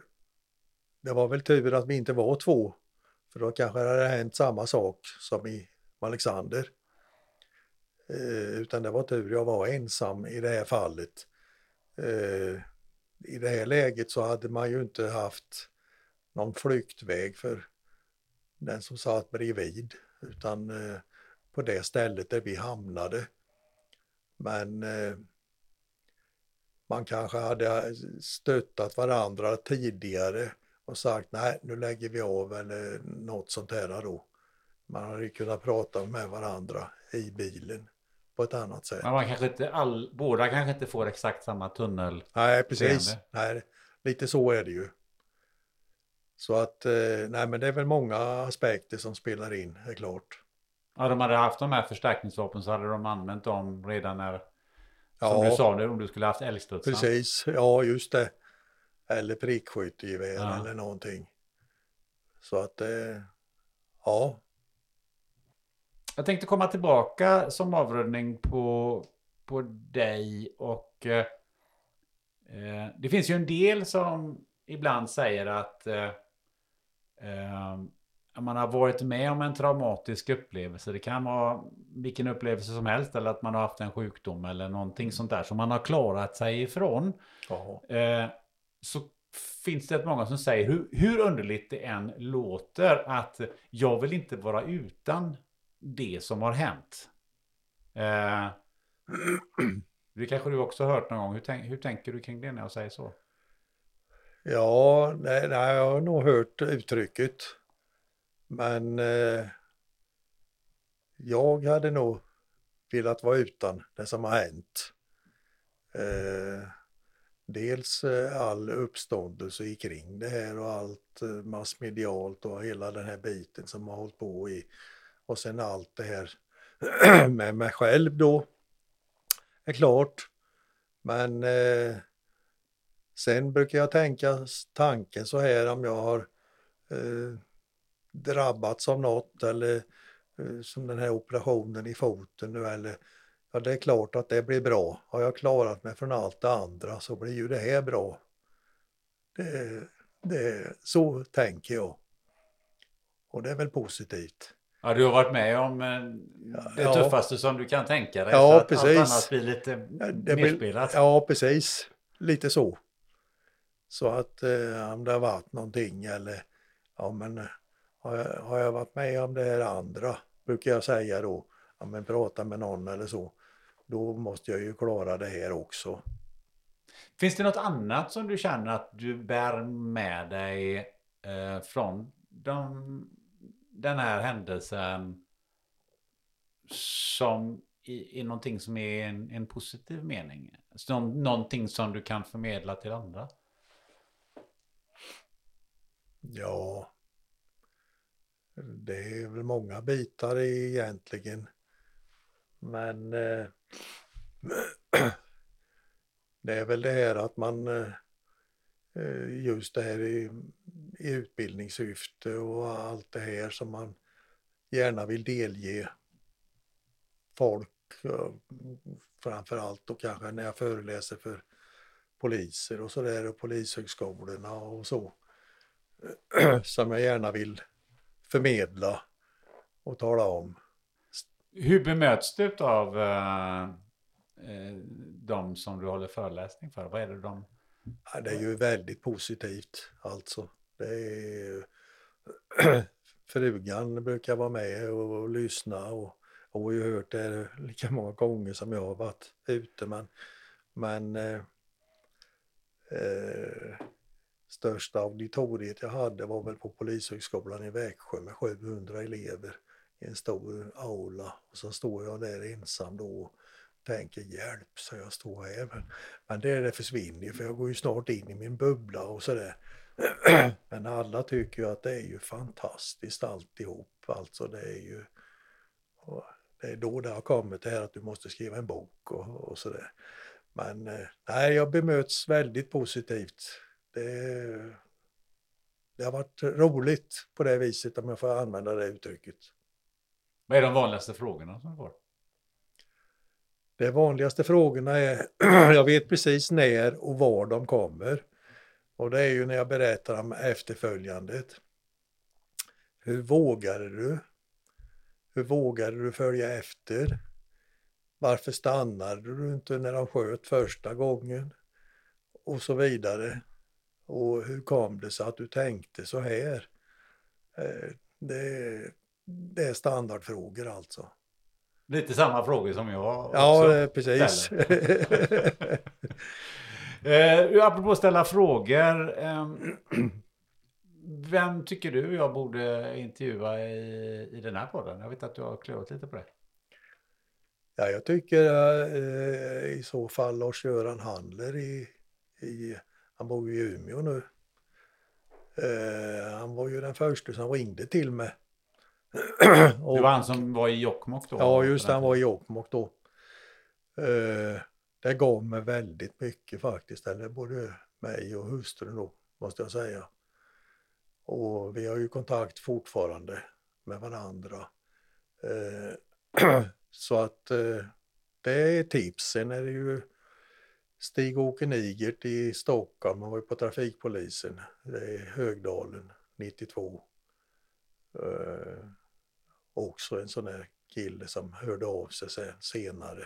Det var väl tur att vi inte var två. För då kanske det hade hänt samma sak som i Alexander. Uh, utan det var tur jag var ensam i det här fallet. Uh, I det här läget så hade man ju inte haft någon flyktväg för den som satt bredvid. Utan uh, på det stället där vi hamnade. Men uh, man kanske hade stöttat varandra tidigare och sagt nej nu lägger vi av eller något sånt här då. Man hade ju kunnat prata med varandra i bilen på ett annat sätt. Men man kanske inte all, båda kanske inte får exakt samma tunnel. Nej, precis. seende. Nej, lite så är det ju. Så att, nej men det är väl många aspekter som spelar in, är klart. Ja, de hade haft de här förstärkningsvapen så hade de använt dem redan när, som Ja. du sa nu, om du skulle haft älgstudsar. Precis, ja just det. Eller prickskyttegevär Ja. eller någonting. Så att, eh, ja. Jag tänkte komma tillbaka som avrundning på, på dig och eh, eh, det finns ju en del som ibland säger att eh, eh, man har varit med om en traumatisk upplevelse. Det kan vara vilken upplevelse som helst eller att man har haft en sjukdom eller någonting sånt där som man har klarat sig ifrån. Ja. Eh, så finns det ett många som säger hur, hur underligt det än låter att jag vill inte vara utan det som har hänt. Eh, det kanske du också har hört någon gång. Hur, tänk, hur tänker du kring det när jag säger så? Ja, nej, nej, jag har nog hört uttrycket. Men eh, jag hade nog velat vara utan det som har hänt. Eh, dels eh, all uppståndelse kring det här och allt eh, massmedialt och hela den här biten som har hållit på i. Och sen allt det här med mig själv då. Är klart. Men eh, sen brukar jag tänka tanken så här om jag har eh, drabbats av något eller eh, som den här operationen i foten nu eller ja det är klart att det blir bra. Har jag klarat mig från allt det andra så blir ju det här bra. Det, det, så tänker jag. Och det är väl positivt. Ja, du har varit med om eh, det Ja. tuffaste som du kan tänka dig. Ja, så att precis. allt annat blir lite Ja, det nedspelat. blir, ja, precis. Lite så. Så att eh, om det har varit någonting eller ja men har jag, har jag varit med om det här andra, brukar jag säga då. Ja, men prata med någon eller så. Då måste jag ju klara det här också. Finns det något annat som du känner att du bär med dig eh, från de, den här händelsen som i, i någonting som är en, en positiv mening? Som, någonting som du kan förmedla till andra? Ja, det är väl många bitar egentligen. Men eh, det är väl det här att man eh, just det här i, i utbildningssyfte och allt det här som man gärna vill delge folk, framförallt och kanske när jag föreläser för poliser och så där och polishögskolorna och så, som jag gärna vill förmedla och tala om. Hur bemöts du av uh, de som du håller föreläsning för? Vad är det de... Ja, det är ju väldigt positivt alltså. Det är frugan brukar vara med och, och lyssna och och har ju hört det lika många gånger som jag har varit ute, men, men eh, eh, största auditoriet jag hade var väl på polishögskolan i Växjö med sjuhundra elever i en stor aula, och så står jag där ensam då och tänker hjälp, så jag står här, men, men det, det försvinner för jag går ju snart in i min bubbla och sådär. Men alla tycker ju att det är ju fantastiskt alltihop, alltså det är ju, och det är då det har kommit det här att du måste skriva en bok och, och sådär. Men eh, nej, jag bemöts väldigt positivt. Det, det har varit roligt på det viset, om jag får använda det uttrycket. Vad är de vanligaste frågorna som du får? De vanligaste frågorna är, jag vet precis när och var de kommer. Och det är ju när jag berättar om efterföljandet. Hur vågade du? Hur vågade du följa efter? Varför stannade du inte när de sköt första gången? Och så vidare. Och hur kom det så att du tänkte så här? Det, det är standardfrågor alltså. Lite samma frågor som jag också. Ja, precis. eh, apropå ställa frågor. Eh, vem tycker du jag borde intervjua i, i den här podden? Jag vet att du har klurat lite på det. Ja, jag tycker eh, i så fall Lars-Göran Handler i, i, han bor ju i Umeå nu. Eh, han var ju den första som ringde till mig. Och, det var han som var i Jokkmokk då? Ja, just det, han var i Jokkmokk då. Eh, det gav mig väldigt mycket faktiskt, eller både mig och hustrun då, måste jag säga. Och vi har ju kontakt fortfarande med varandra. Eh, så att eh, det är tips. Sen är det ju Stig-Åke Nigert i Stockholm, han var ju på trafikpolisen. Det är Högdalen nittiotvå. Eh, också en sån här kille som hörde av sig sen, senare.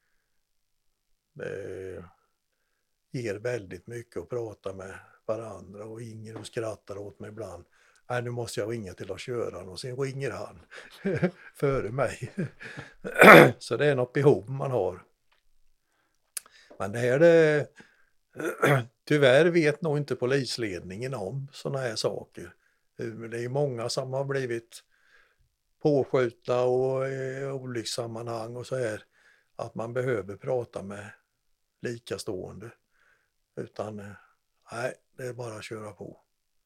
Det ger väldigt mycket att prata med varandra, och Inger och skrattar åt mig ibland. Nej, nu måste jag ringa till Lars-Göran, och sen ringer han före mig. Så det är något behov man har. Men det här det, tyvärr vet nog inte polisledningen om såna här saker. Det är många som har blivit påskjutna och i olyckssammanhang och så här, att man behöver prata med likastående. Utan nej, det är bara att köra på.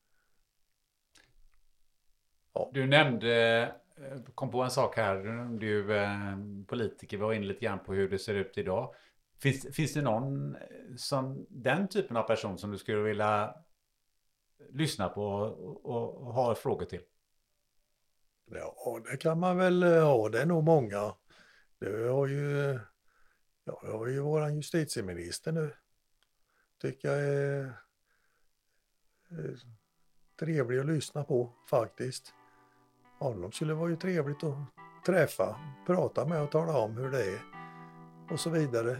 Ja. Du nämnde, kom på en sak här, du nämnde ju eh, politiker, vi var inne lite grann på hur det ser ut idag. Finns, finns det någon som, den typen av person som du skulle vilja lyssna på och, och, och ha frågor till? Ja, det kan man väl ha, det är nog många. Det har ju, ja, det har ju våran justitieminister nu. Tycker jag är, är trevlig att lyssna på faktiskt. Honom skulle vara ju trevligt att träffa, prata med och tala om hur det är och så vidare.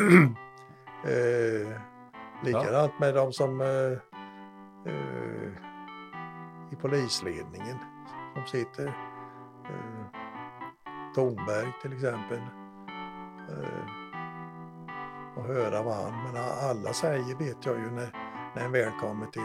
eh, likadant med de som eh, eh, i polisledningen som sitter. Eh, Thornberg till exempel. Eh, och höra vad han, men alla säger vet jag ju när, när en väl kommer till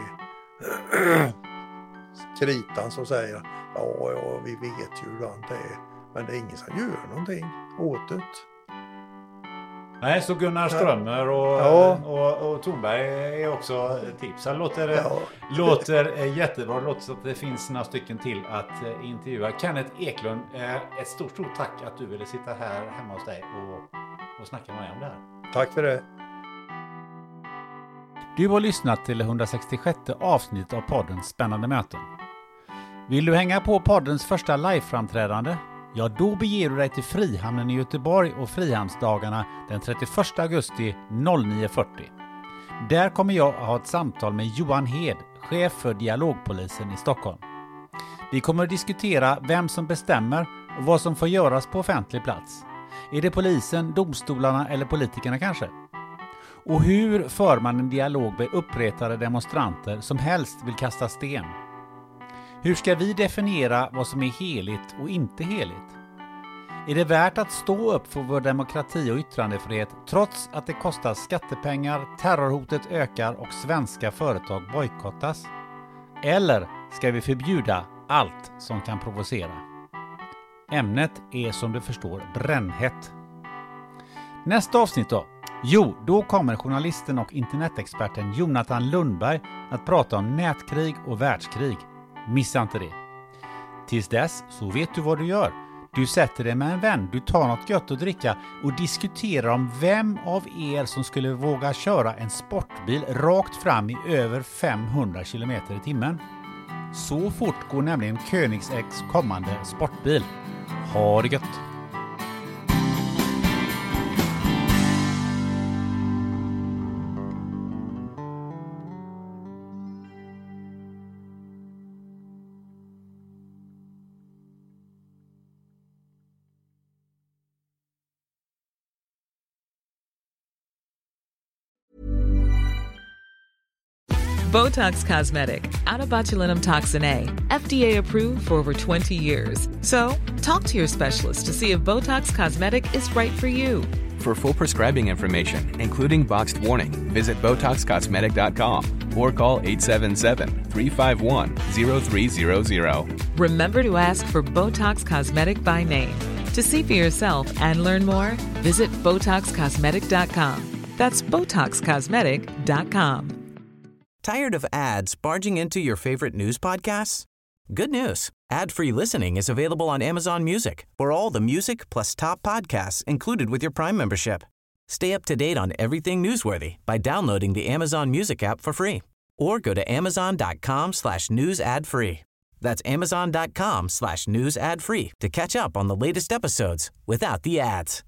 kritan så säger jag, ja, ja vi vet ju hur det är, men det är ingen som gör någonting åt det. Nej, så Gunnar Strömmer och, ja. och, och Thornberg är också tips. Det låter, ja. låter jättebra. Det låter så att det finns några stycken till att intervjua. Kenneth Eklund, ett stort, stort tack att du ville sitta här hemma hos dig och, och snacka med mig om det här. Tack för det. Du har lyssnat till det hundrasextiosjätte avsnittet av podden Spännande möten. Vill du hänga på poddens första liveframträdande? Ja, då beger du dig till Frihamnen i Göteborg och Frihamnsdagarna den trettioförsta augusti nio fyrtio. Där kommer jag att ha ett samtal med Johan Hed, chef för dialogpolisen i Stockholm. Vi kommer att diskutera vem som bestämmer och vad som får göras på offentlig plats. Är det polisen, domstolarna eller politikerna kanske? Och hur för man en dialog med uppretade demonstranter som helst vill kasta sten? Hur ska vi definiera vad som är heligt och inte heligt? Är det värt att stå upp för vår demokrati och yttrandefrihet trots att det kostar skattepengar, terrorhotet ökar och svenska företag bojkottas? Eller ska vi förbjuda allt som kan provocera? Ämnet är som du förstår brännhett. Nästa avsnitt då? Jo, då kommer journalisten och internetexperten Jonathan Lundberg att prata om nätkrig och världskrig. Missa inte det. Tills dess så vet du vad du gör. Du sätter dig med en vän, du tar något gött att dricka och diskuterar om vem av er som skulle våga köra en sportbil rakt fram i över femhundra kilometer i timmen. Så fort går nämligen Koenigseggs kommande sportbil. Ha det gött! Botox Cosmetic, out of botulinum toxin A, F D A approved for over twenty years. So, talk to your specialist to see if Botox Cosmetic is right for you. For full prescribing information, including boxed warning, visit Botox Cosmetic dot com or call eight seven seven, three five one, zero three zero zero. Remember to ask for Botox Cosmetic by name. To see for yourself and learn more, visit Botox Cosmetic dot com. That's Botox Cosmetic dot com. Tired of ads barging into your favorite news podcasts? Good news. Ad-free listening is available on Amazon Music for all the music plus top podcasts included with your Prime membership. Stay up to date on everything newsworthy by downloading the Amazon Music app for free or go to amazon.com slash news ad free. That's amazon.com slash news ad free to catch up on the latest episodes without the ads.